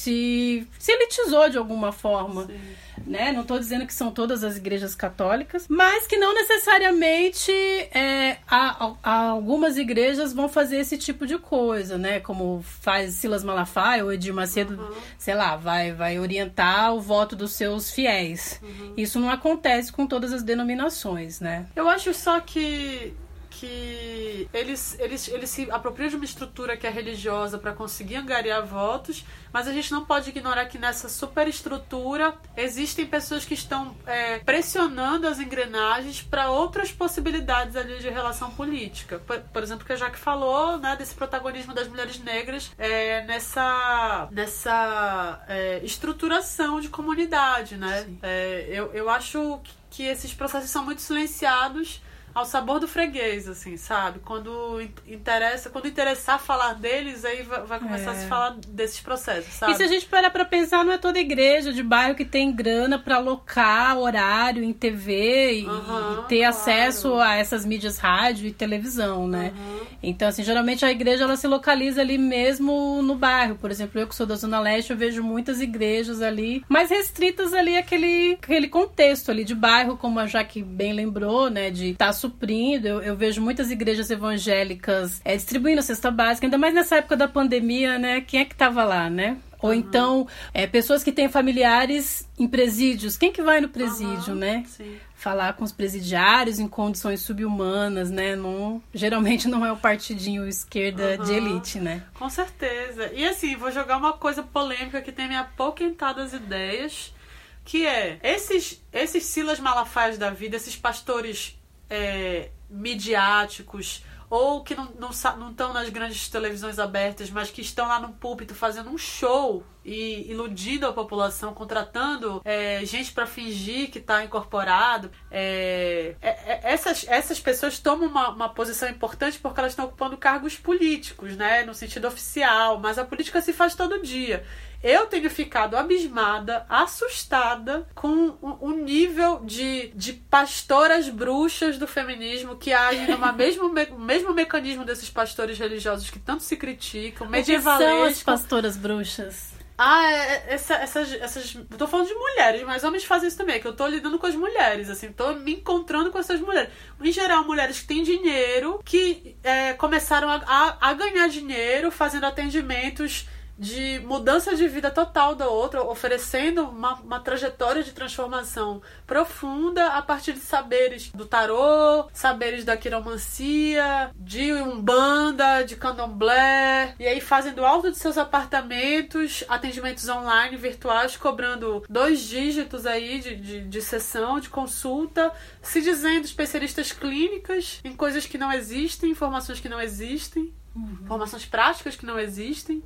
se, se elitizou de alguma forma. Sim. Né? Não estou dizendo que são todas as igrejas católicas, mas que não necessariamente é, há, há algumas igrejas vão fazer esse tipo de coisa, né? Como faz Silas Malafaia ou Edir Macedo, uhum. sei lá, vai, vai orientar o voto dos seus fiéis. Uhum. Isso não acontece com todas as denominações, né? Eu acho só que que eles, eles, eles se apropriam de uma estrutura que é religiosa para conseguir angariar votos, mas a gente não pode ignorar que nessa superestrutura existem pessoas que estão é, pressionando as engrenagens para outras possibilidades ali de relação política. Por, por exemplo, que a Jaque falou, né, desse protagonismo das mulheres negras é, nessa, nessa é, estruturação de comunidade, né? É, eu, eu acho que, que esses processos são muito silenciados ao sabor do freguês, assim, sabe? Quando interessa, quando interessar falar deles, aí vai, vai começar é. a se falar desses processos, sabe? E se a gente parar pra pensar, não é toda igreja de bairro que tem grana pra alocar horário em T V e, uhum, e ter claro. acesso a essas mídias rádio e televisão, né? Uhum. Então, assim, geralmente a igreja, ela se localiza ali mesmo no bairro. Por exemplo, eu que sou da Zona Leste, eu vejo muitas igrejas ali, mais restritas ali àquele, àquele contexto ali de bairro, como a Jaque bem lembrou, né? De estar tá suprindo. Eu, eu vejo muitas igrejas evangélicas é, distribuindo a cesta básica, ainda mais nessa época da pandemia, né? Quem é que tava lá, né? Ou uhum. então, é, pessoas que têm familiares em presídios. Quem que vai no presídio, uhum. né? Sim. Falar com os presidiários em condições subhumanas, né? Não, geralmente não é o partidinho esquerda uhum. de elite, né? Com certeza. E assim, vou jogar uma coisa polêmica que tem me apoquentado as ideias, que é, esses, esses Silas Malafaias da vida, esses pastores é, midiáticos, ou que não não não estão nas grandes televisões abertas, mas que estão lá no púlpito fazendo um show e iludindo a população, contratando é, gente para fingir que está incorporado. É, é, essas, essas pessoas tomam uma, uma posição importante porque elas estão ocupando cargos políticos, né, no sentido oficial, mas a política se faz todo dia. Eu tenho ficado abismada, assustada com o nível de, de pastoras bruxas do feminismo que agem no mesmo, mesmo mecanismo desses pastores religiosos que tanto se criticam, medievalesco. O que são as pastoras bruxas? Ah, essa, essas, essas... Eu tô falando de mulheres, mas homens fazem isso também, é que eu tô lidando com as mulheres, assim, tô me encontrando com essas mulheres. Em geral, mulheres que têm dinheiro, que é, começaram a, a, a ganhar dinheiro fazendo atendimentos de mudança de vida total da outra, oferecendo uma, uma trajetória de transformação profunda a partir de saberes do tarô, saberes da quiromancia, de umbanda, de candomblé, e aí fazem do alto de seus apartamentos atendimentos online, virtuais, cobrando dois dígitos aí de, de, de sessão, de consulta, se dizendo especialistas clínicas em coisas que não existem, informações que não existem, uhum. informações práticas que não existem.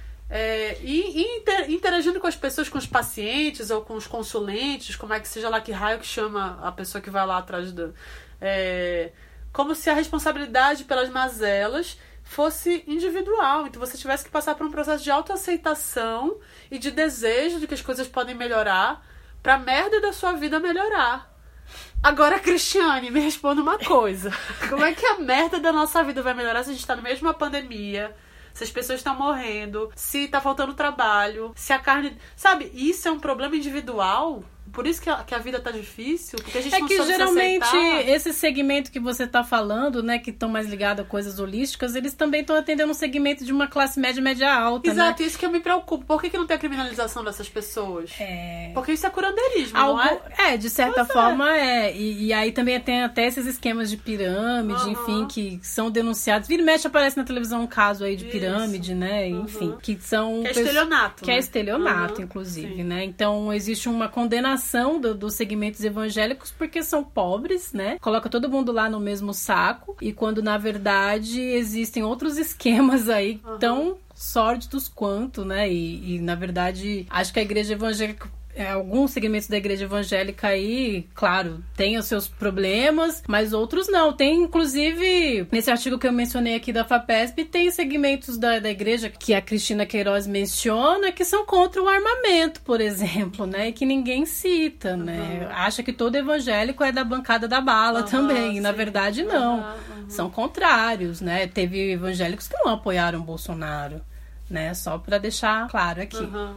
É, e, e inter, interagindo com as pessoas, com os pacientes ou com os consulentes, como é que seja lá que raio que chama a pessoa que vai lá atrás do... É, como se a responsabilidade pelas mazelas fosse individual. Então você tivesse que passar por um processo de autoaceitação e de desejo de que as coisas podem melhorar pra merda da sua vida melhorar. Agora, Cristiane, me responda uma coisa. Como é que a merda da nossa vida vai melhorar se a gente tá na mesma pandemia, se as pessoas estão morrendo, se tá faltando trabalho, se a carne... Sabe, isso é um problema individual. Por isso que a, que a vida tá difícil, porque a gente é não que sabe geralmente se aceitar. Esse segmento que você tá falando, né, que estão mais ligados a coisas holísticas, eles também estão atendendo um segmento de uma classe média, média alta, Exato, né? isso que eu me preocupo. Por que, que não tem a criminalização dessas pessoas? É... Porque isso é curandeirismo, Algo... não é? É, de certa Pois forma é. é. E, e aí também tem até esses esquemas de pirâmide, Uhum. enfim, que são denunciados. Vira e mexe aparece na televisão um caso aí de Isso. pirâmide, né? Uhum. Enfim, que são... Que é pessoas- estelionato. Que é né? estelionato, Uhum. inclusive, Sim. né? Então, existe uma condenação do, dos segmentos evangélicos porque são pobres, né? Coloca todo mundo lá no mesmo saco. E quando, na verdade, existem outros esquemas aí Uhum. tão sórdidos quanto, né? E, e, na verdade, acho que a igreja evangélica... É, alguns segmentos da igreja evangélica aí, claro, tem os seus problemas, mas outros não. Tem, inclusive, nesse artigo que eu mencionei aqui da FAPESP, tem segmentos da, da igreja que a Cristina Queiroz menciona que são contra o armamento, por exemplo, né? E que ninguém cita, né? Acha que todo evangélico é da bancada da bala Uhum, também. E, na sim. verdade, não. Uhum, uhum. São contrários, né? Teve evangélicos que não apoiaram Bolsonaro, né? Só pra deixar claro aqui. Uhum.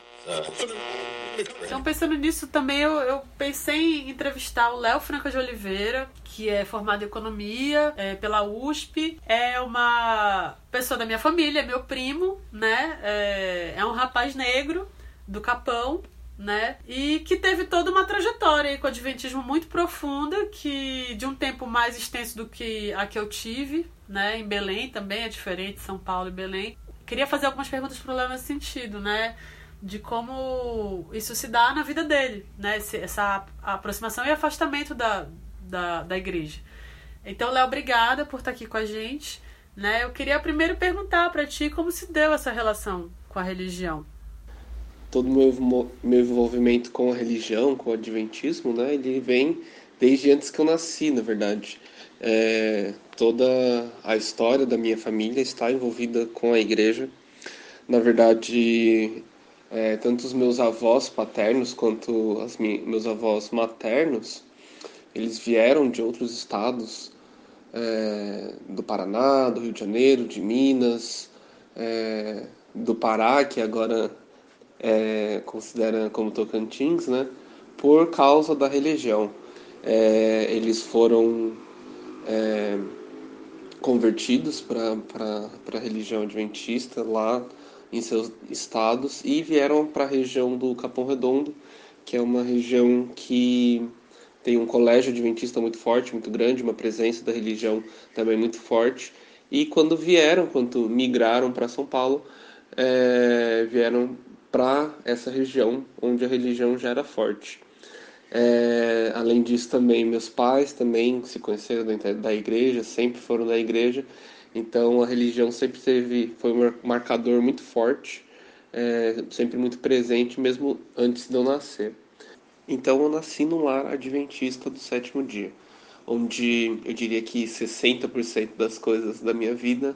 Então, pensando nisso também, eu, eu pensei em entrevistar o Léo Franca de Oliveira, que é formado em Economia é, pela U S P. É uma pessoa da minha família, é meu primo, né? É, é um rapaz negro do Capão, né? E que teve toda uma trajetória aí com o adventismo muito profunda, que de um tempo mais extenso do que a que eu tive, né? Em Belém também, é diferente, São Paulo e Belém. Queria fazer algumas perguntas pro Léo nesse sentido, né? De como isso se dá na vida dele, né? Esse, essa aproximação e afastamento da, da, da igreja. Então, Léo, obrigada por estar aqui com a gente, né? Eu queria primeiro perguntar para ti como se deu essa relação com a religião. Todo o meu, meu envolvimento com a religião, com o adventismo, né? Ele vem desde antes que eu nasci, na verdade. É, toda a história da minha família está envolvida com a igreja. Na verdade... É, tanto os meus avós paternos quanto os meus avós maternos, eles vieram de outros estados, é, do Paraná, do Rio de Janeiro, de Minas, é, do Pará, que agora é considerado como Tocantins, né, por causa da religião. É, eles foram é, convertidos para a religião adventista lá em seus estados e vieram para a região do Capão Redondo, que é uma região que tem um colégio adventista muito forte, muito grande, uma presença da religião também muito forte. E quando vieram, quando migraram para São Paulo, é, vieram para essa região onde a religião já era forte. É, além disso, também meus pais também se conheceram da, da igreja, sempre foram da igreja. Então a religião sempre teve, foi um marcador muito forte, é, sempre muito presente, mesmo antes de eu nascer. Então eu nasci num lar adventista do sétimo dia, onde eu diria que sessenta por cento das coisas da minha vida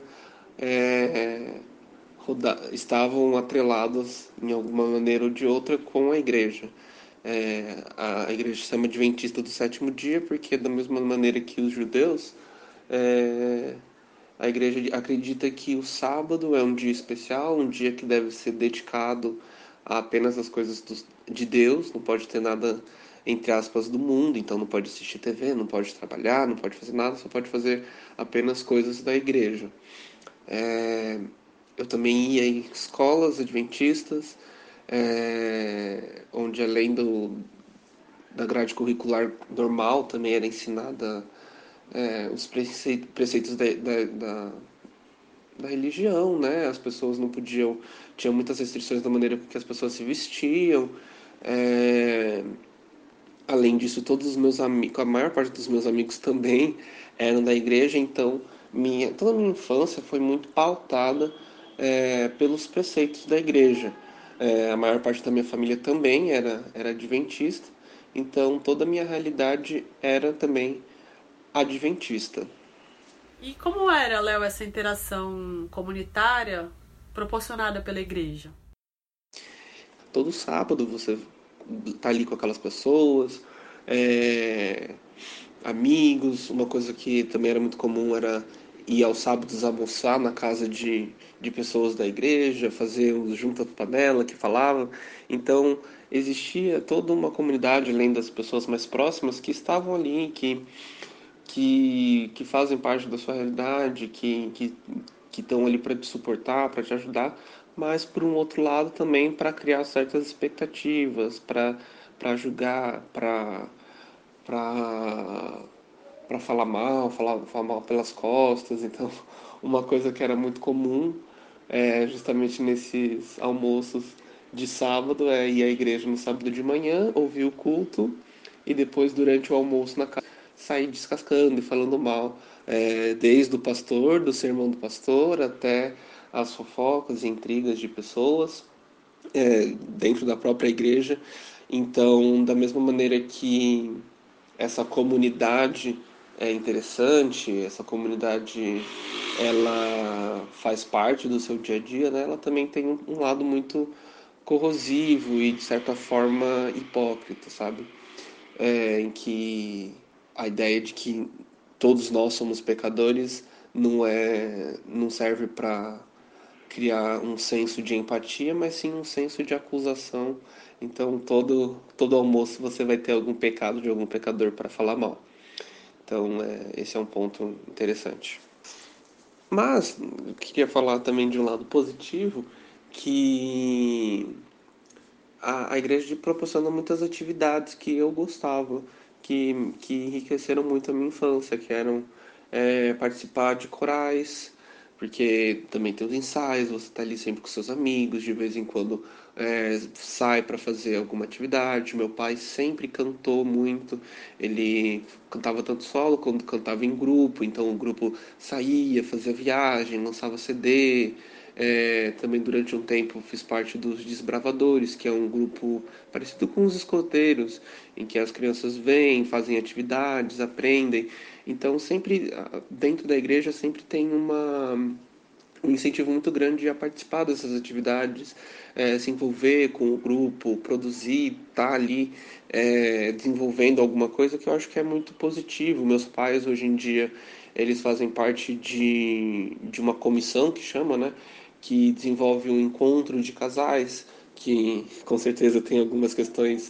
é, roda, estavam atreladas em alguma maneira ou de outra com a igreja. É, a igreja se chama adventista do sétimo dia porque da mesma maneira que os judeus... É, a igreja acredita que o sábado é um dia especial, um dia que deve ser dedicado a apenas as coisas de Deus, não pode ter nada, entre aspas, do mundo, então não pode assistir T V, não pode trabalhar, não pode fazer nada, só pode fazer apenas coisas da igreja. É... eu também ia em escolas adventistas, é, onde além do, da grade curricular normal também era ensinada é, os preceitos, preceitos da, da, da, da religião, né? As pessoas não podiam, tinham muitas restrições da maneira com que as pessoas se vestiam. É, além disso, todos os meus amigos, a maior parte dos meus amigos também eram da igreja, então minha, toda a minha infância foi muito pautada é, pelos preceitos da igreja. É, a maior parte da minha família também era, era adventista, então toda a minha realidade era também adventista. E como era, Léo, essa interação comunitária proporcionada pela igreja? Todo sábado você tá ali com aquelas pessoas, é, amigos. Uma coisa que também era muito comum era ir aos sábados almoçar na casa de, de pessoas da igreja, fazer os juntas panela que falavam. Então existia toda uma comunidade, além das pessoas mais próximas, que estavam ali, que, que, que fazem parte da sua realidade, que, que, que estão ali para te suportar, para te ajudar, mas por um outro lado também para criar certas expectativas, para para julgar, para para para falar mal, falar, falar mal pelas costas. Então, uma coisa que era muito comum é justamente nesses almoços de sábado é ir à igreja no sábado de manhã, ouvir o culto e depois durante o almoço na casa sair descascando e falando mal, é, desde o pastor, do sermão do pastor, até as fofocas e intrigas de pessoas é, dentro da própria igreja. Então, da mesma maneira que essa comunidade é interessante, essa comunidade ela faz parte do seu dia a dia, né? Ela também tem um, um lado muito corrosivo e de certa forma hipócrita, sabe? É, em que a ideia de que todos nós somos pecadores não é, não serve para criar um senso de empatia, mas sim um senso de acusação. Então, todo, todo almoço você vai ter algum pecado de algum pecador para falar mal. Então, é, esse é um ponto interessante. Mas, eu queria falar também de um lado positivo, que a, a igreja proporciona muitas atividades que eu gostava, que, que enriqueceram muito a minha infância, que eram é, participar de corais, porque também tem os ensaios, você está ali sempre com seus amigos, de vez em quando é, sai para fazer alguma atividade. Meu pai sempre cantou muito, ele cantava tanto solo quanto cantava em grupo, então o grupo saía, fazia viagem, lançava C D. É, também durante um tempo fiz parte dos Desbravadores, que é um grupo parecido com os escoteiros, em que as crianças vêm, fazem atividades, aprendem. Então sempre dentro da igreja sempre tem uma um incentivo muito grande a participar dessas atividades, é, se envolver com o grupo, produzir, estar tá ali é, desenvolvendo alguma coisa, que eu acho que é muito positivo. Meus pais hoje em dia eles fazem parte de, de uma comissão que chama, né, que desenvolve um encontro de casais, que com certeza tem algumas questões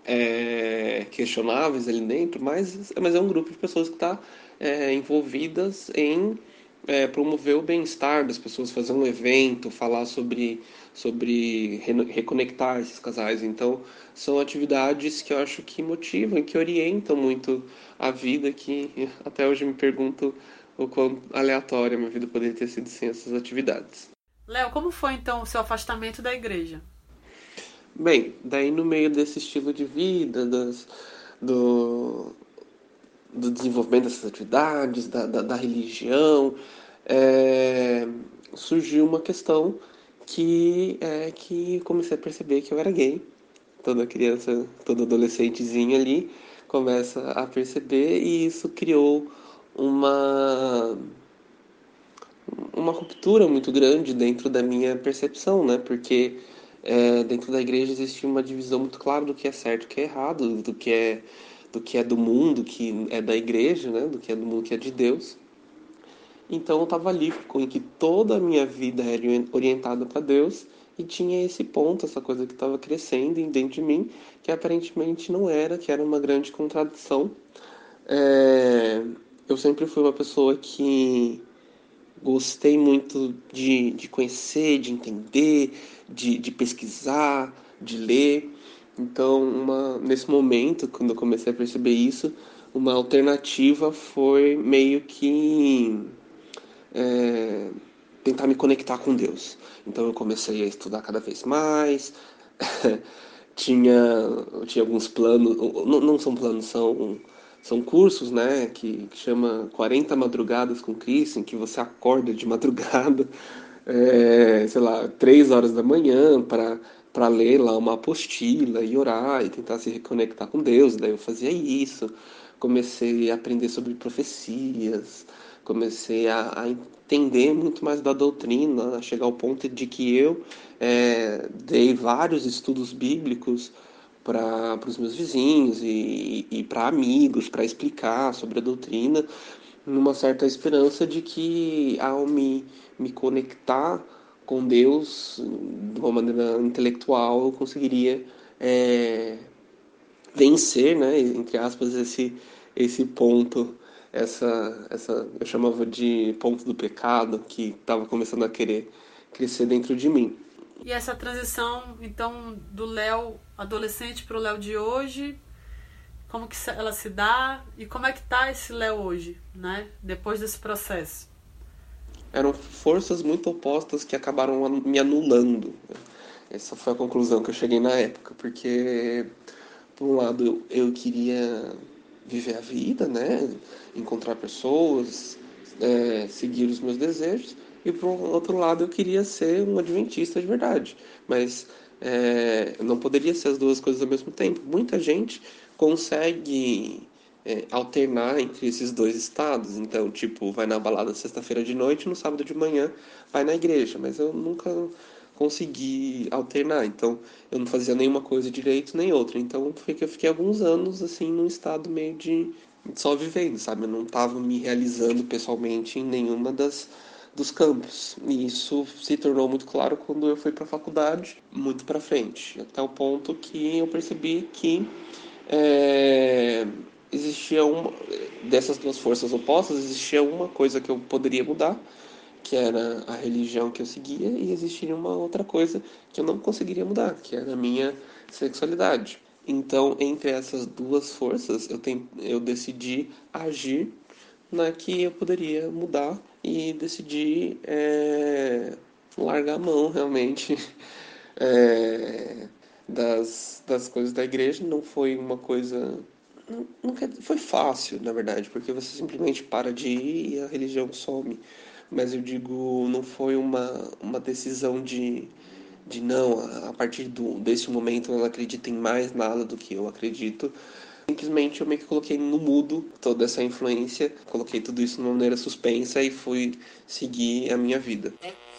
é, questionáveis ali dentro, mas, mas é um grupo de pessoas que está é, envolvidas em é, promover o bem-estar das pessoas, fazer um evento, falar sobre, sobre reconectar esses casais. Então, são atividades que eu acho que motivam e que orientam muito a vida, que até hoje me pergunto o quão aleatória a minha vida poderia ter sido sem essas atividades. Léo, como foi então o seu afastamento da igreja? Bem, daí no meio desse estilo de vida, das, do, do desenvolvimento dessas atividades, da, da, da religião, é, surgiu uma questão que é que comecei a perceber que eu era gay. Toda criança, todo adolescentezinho ali começa a perceber, e isso criou uma uma ruptura muito grande dentro da minha percepção, né? Porque é, dentro da igreja existe uma divisão muito clara do que é certo e o que é errado, do que é do que é do mundo, que é da igreja, né? Do que é do mundo, que é de Deus. Então eu estava ali com que toda a minha vida era orientada para Deus, e tinha esse ponto, essa coisa que estava crescendo dentro de mim, que aparentemente não era, que era uma grande contradição. É, eu sempre fui uma pessoa que gostei muito de, de conhecer, de entender, de, de pesquisar, de ler. Então, uma, nesse momento, quando eu comecei a perceber isso, uma alternativa foi meio que é, tentar me conectar com Deus. Então eu comecei a estudar cada vez mais, tinha, tinha alguns planos, não, não são planos, são, são cursos, né, que, que chama quarenta Madrugadas com Cristo, em que você acorda de madrugada, é, sei lá, três horas da manhã para para ler lá uma apostila e orar e tentar se reconectar com Deus. Daí eu fazia isso, comecei a aprender sobre profecias, comecei a, a entender muito mais da doutrina, a chegar ao ponto de que eu é, dei vários estudos bíblicos para os meus vizinhos e, e para amigos, para explicar sobre a doutrina, numa certa esperança de que ao me, me conectar com Deus de uma maneira intelectual eu conseguiria é, vencer, né, entre aspas, esse, esse ponto, essa, essa, eu chamava de ponto do pecado, que estava começando a querer crescer dentro de mim. E essa transição, então, do Léo adolescente para o Léo de hoje, como que ela se dá e como é que tá esse Léo hoje, né, depois desse processo? Eram forças muito opostas que acabaram me anulando. Essa foi a conclusão que eu cheguei na época, porque, por um lado, eu, eu queria viver a vida, né? Encontrar pessoas, é, seguir os meus desejos, e, por outro lado, eu queria ser um adventista de verdade. Mas é, não poderia ser as duas coisas ao mesmo tempo. Muita gente consegue É, alternar entre esses dois estados. Então, tipo, vai na balada sexta-feira de noite, no sábado de manhã vai na igreja. Mas eu nunca consegui alternar. Então, eu não fazia nenhuma coisa direito nem outra. Então, foi que eu fiquei alguns anos, assim, num estado meio de só vivendo, sabe? Eu não estava me realizando pessoalmente em nenhuma das dos campos. E isso se tornou muito claro quando eu fui para a faculdade, muito para frente. Até o ponto que eu percebi que é, existia uma dessas duas forças opostas, existia uma coisa que eu poderia mudar, que era a religião que eu seguia, e existiria uma outra coisa que eu não conseguiria mudar, que era a minha sexualidade. Então, entre essas duas forças, eu, tem, eu decidi agir na que eu poderia mudar e decidi é, largar a mão, realmente, é, das, das coisas da igreja. Não foi uma coisa... Não, não quer, foi fácil, na verdade, porque você simplesmente para de ir e a religião some. Mas eu digo, não foi uma, uma decisão de, de não, a partir do, desse momento eu não acredito em mais nada do que eu acredito. Simplesmente eu meio que coloquei no mudo toda essa influência, coloquei tudo isso de uma maneira suspensa e fui seguir a minha vida.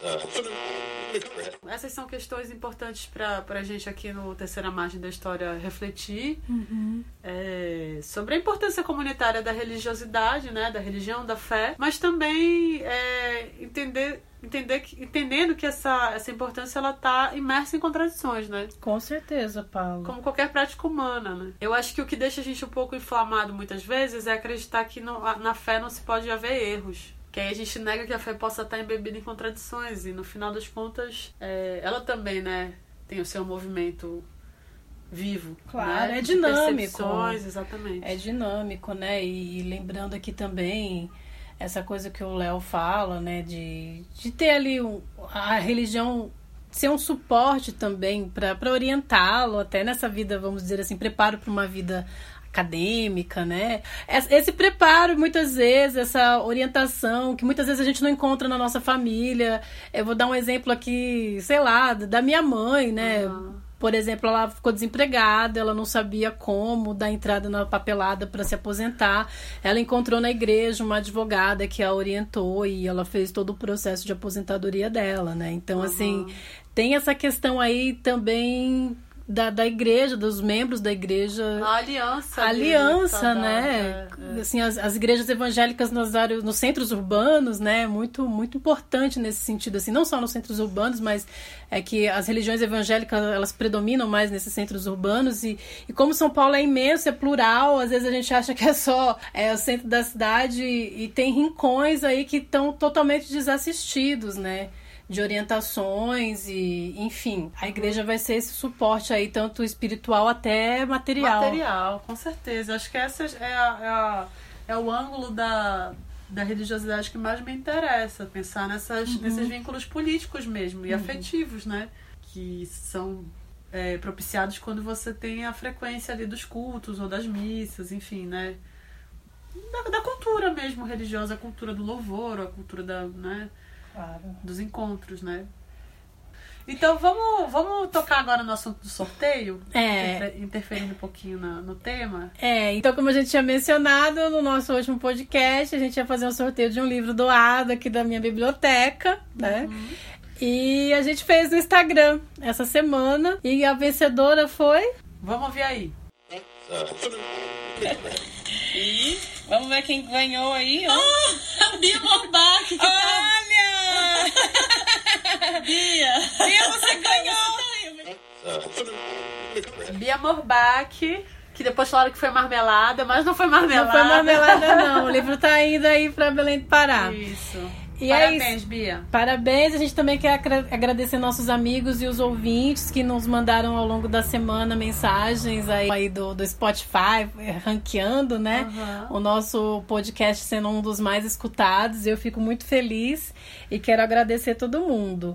Essas são questões importantes para a gente aqui no Terceira Margem da História refletir, uhum. é, sobre a importância comunitária da religiosidade, né, da religião, da fé, mas também é, entender, entender que, entendendo que essa, essa importância ela está imersa em contradições, né? Com certeza, Paulo. Como qualquer prática humana, né? Eu acho que o que deixa a gente um pouco inflamado muitas vezes é acreditar que no, na fé não se pode haver erros. Que aí a gente nega que a fé possa estar embebida em contradições. E no final das contas, é, ela também, né, tem o seu movimento vivo. Claro, né? é dinâmico. Exatamente. É dinâmico, né? E lembrando aqui também essa coisa que o Léo fala, né? De, de ter ali um, a religião ser um suporte também para orientá-lo até nessa vida, vamos dizer assim, preparo para uma vida acadêmica, né? Esse preparo, muitas vezes, essa orientação, que muitas vezes a gente não encontra na nossa família. Eu vou dar um exemplo aqui, sei lá, da minha mãe, né? Uhum. Por exemplo, ela ficou desempregada, ela não sabia como dar entrada na papelada para se aposentar. Ela encontrou na igreja uma advogada que a orientou e ela fez todo o processo de aposentadoria dela, né? Então, uhum. assim, tem essa questão aí também da, da igreja, dos membros da igreja. A aliança. A aliança, dele, né? É, é. Assim, as, as igrejas evangélicas nos, áreas, nos centros urbanos, né? Muito, muito importante nesse sentido, assim, não só nos centros urbanos, mas é que as religiões evangélicas, elas predominam mais nesses centros urbanos e, e como São Paulo é imenso, é plural, às vezes a gente acha que é só é, o centro da cidade e, e tem rincões aí que estão totalmente desassistidos, né? De orientações e, enfim, a igreja vai ser esse suporte aí, tanto espiritual até material. Material, com certeza. Acho que essa é, a, é, a, é o ângulo da, da religiosidade que mais me interessa, pensar nessas, uhum. nesses vínculos políticos mesmo e uhum. afetivos, né? Que são é, propiciados quando você tem a frequência ali dos cultos ou das missas, enfim, né? Da, da cultura mesmo religiosa, a cultura do louvor, a cultura da, né? Claro. Dos encontros, né? Então vamos, vamos tocar agora no assunto do sorteio, é. interferindo um pouquinho na, no tema. É, então como a gente tinha mencionado no nosso último podcast, a gente ia fazer um sorteio de um livro doado aqui da minha biblioteca, né? Uhum. E a gente fez no Instagram essa semana e a vencedora foi... Vamos ouvir aí. E vamos ver quem ganhou aí, ó. Oh, a Bia Morbach. Que Olha! Bia! Bia, você ganhou! Bia Morbach, que depois falaram que foi marmelada, mas não foi marmelada. Não foi marmelada, não. O livro tá indo aí pra Belém do Pará. Isso. E Parabéns, é Bia. Parabéns. A gente também quer agradecer nossos amigos e os ouvintes que nos mandaram ao longo da semana mensagens aí, aí do, do Spotify, ranqueando, né? Uhum. O nosso podcast sendo um dos mais escutados. Eu fico muito feliz e quero agradecer todo mundo.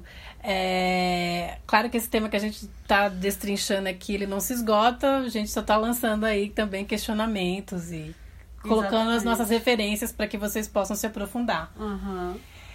É... Claro que esse tema que a gente tá destrinchando aqui, ele não se esgota. A gente só tá lançando aí também questionamentos e colocando Exatamente. As nossas referências para que vocês possam se aprofundar. Uhum.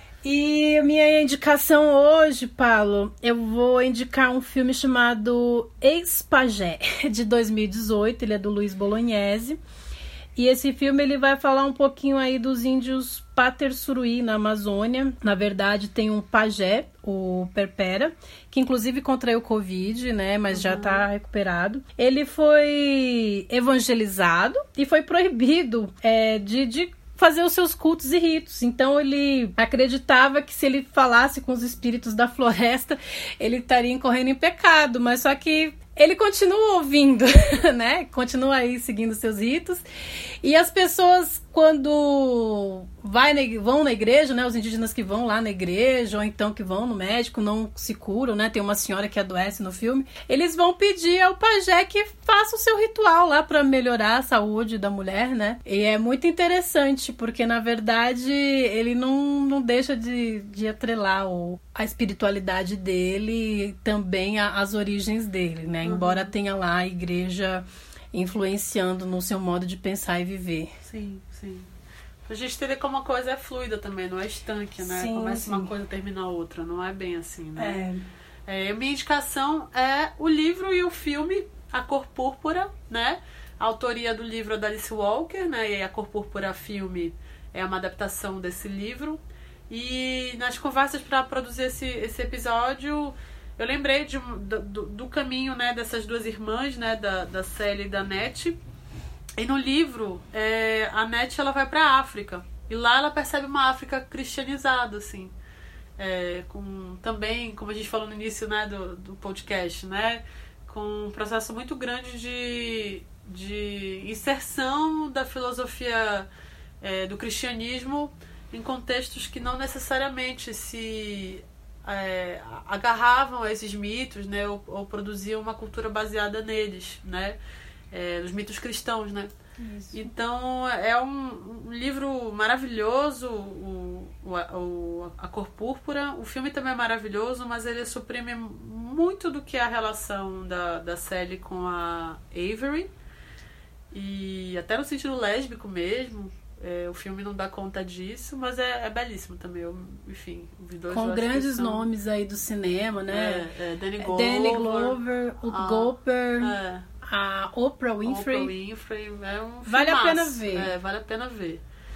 E a minha indicação hoje, Paulo, eu vou indicar um filme chamado Ex-Pajé, de dois mil e dezoito, ele é do Luiz Bolognese. E esse filme ele vai falar um pouquinho aí dos índios Pater-Suruí, na Amazônia. Na verdade, tem um pajé, o Perpera, que inclusive contraiu Covid, né? Mas uhum. já tá recuperado. Ele foi evangelizado e foi proibido é, de... de fazer os seus cultos e ritos. Então ele acreditava que se ele falasse com os espíritos da floresta, ele estaria incorrendo em pecado, mas só que ele continua ouvindo, né? Continua aí seguindo seus ritos. E as pessoas, quando vai na, vão na igreja, né? Os indígenas que vão lá na igreja, ou então que vão no médico, não se curam, né? Tem uma senhora que adoece no filme. Eles vão pedir ao pajé que faça o seu ritual lá para melhorar a saúde da mulher, né? E é muito interessante, porque na verdade ele não, não deixa de, de atrelar o, a espiritualidade dele e também a, as origens dele, né? Uhum. Embora tenha lá a igreja influenciando no seu modo de pensar e viver. Sim, sim. A gente teria como uma coisa é fluida também, não é estanque, né? Sim, Começa sim. uma coisa e termina a outra, não é bem assim, né? É. É, minha indicação é o livro e o filme A Cor Púrpura, né? A autoria do livro é da Alice Walker, né? E A Cor Púrpura filme é uma adaptação desse livro. E nas conversas para produzir esse, esse episódio, eu lembrei de, do, do caminho, né, dessas duas irmãs, né, da, da Célia e da Nete. E no livro, é, a Nete ela vai para a África. E lá ela percebe uma África cristianizada, assim. É, com, também, como a gente falou no início, né, do, do podcast, né, com um processo muito grande de, de inserção da filosofia é, do cristianismo em contextos que não necessariamente se é, agarravam a esses mitos, né, ou, ou produziam uma cultura baseada neles, né, é, nos mitos cristãos, né. Isso. Então é um, um livro maravilhoso, o, o, o, A Cor Púrpura. O filme também é maravilhoso, mas ele suprime muito do que é a relação da, da Sally com a Avery, e até no sentido lésbico mesmo. É, o filme não dá conta disso, mas é, é belíssimo também. Eu, enfim, os dois com grandes são... nomes aí do cinema, né? É, é, Danny Glover, Danny Glover, o ah, Gopper, é. a Oprah Winfrey. Oprah Winfrey é um vale filmaço. a pena ver. É, vale a pena ver.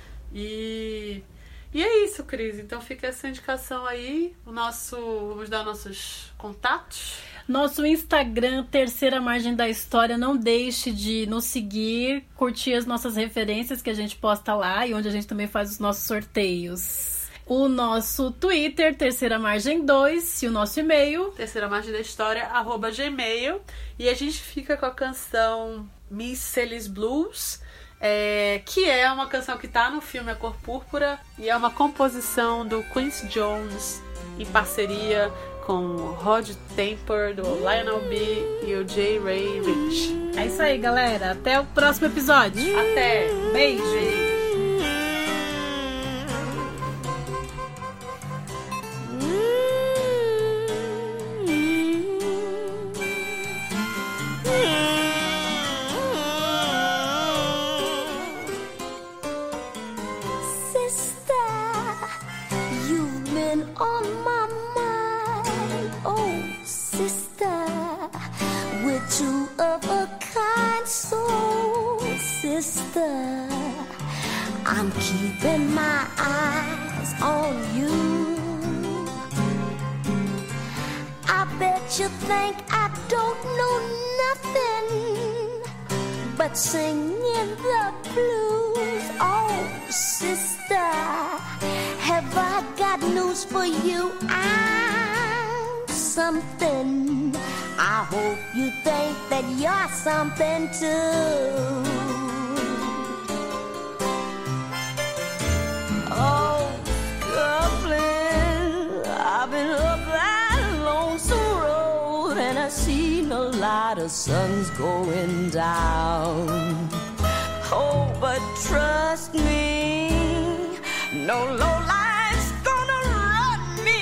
E, e é isso, Cris. Então fica essa indicação aí. O nosso, vamos dar nossos contatos. Nosso Instagram, Terceira Margem da História. Não deixe de nos seguir, curtir as nossas referências que a gente posta lá e onde a gente também faz os nossos sorteios. O nosso Twitter, Terceira Margem dois, e o nosso e-mail, Terceira Margem da História, arroba gmail. E a gente fica com a canção Miss Sally's Blues, é, que é uma canção que tá no filme A Cor Púrpura e é uma composição do Quincy Jones em parceria com o Rod Temper, do Lionel B e o J. Ray Rich. É isso aí, galera. Até o próximo episódio. Até! Beijo! On my mind, oh sister, we're two of a kind soul, sister. I'm keeping my eyes on you. I bet you think I don't know nothing but singing the blues, oh sister. Have I got news for you? I'm something. I hope you think that you're something too. Oh, Coupling, I've been up that lonesome road and I've seen a lot of suns going down. Oh, but trust me, no low life's gonna run me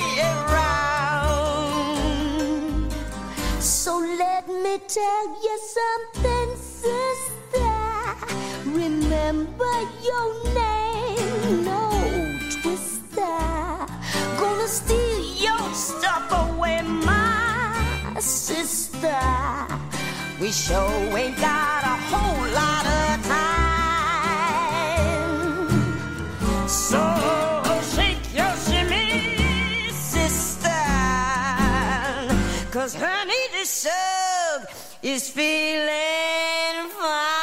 around. So let me tell you something, sister. Remember your name, no twister. Gonna steal your stuff away, my sister. We sure ain't got a whole lot of time. So shake your shimmy, sister, 'cause honey, the sub is feeling fine.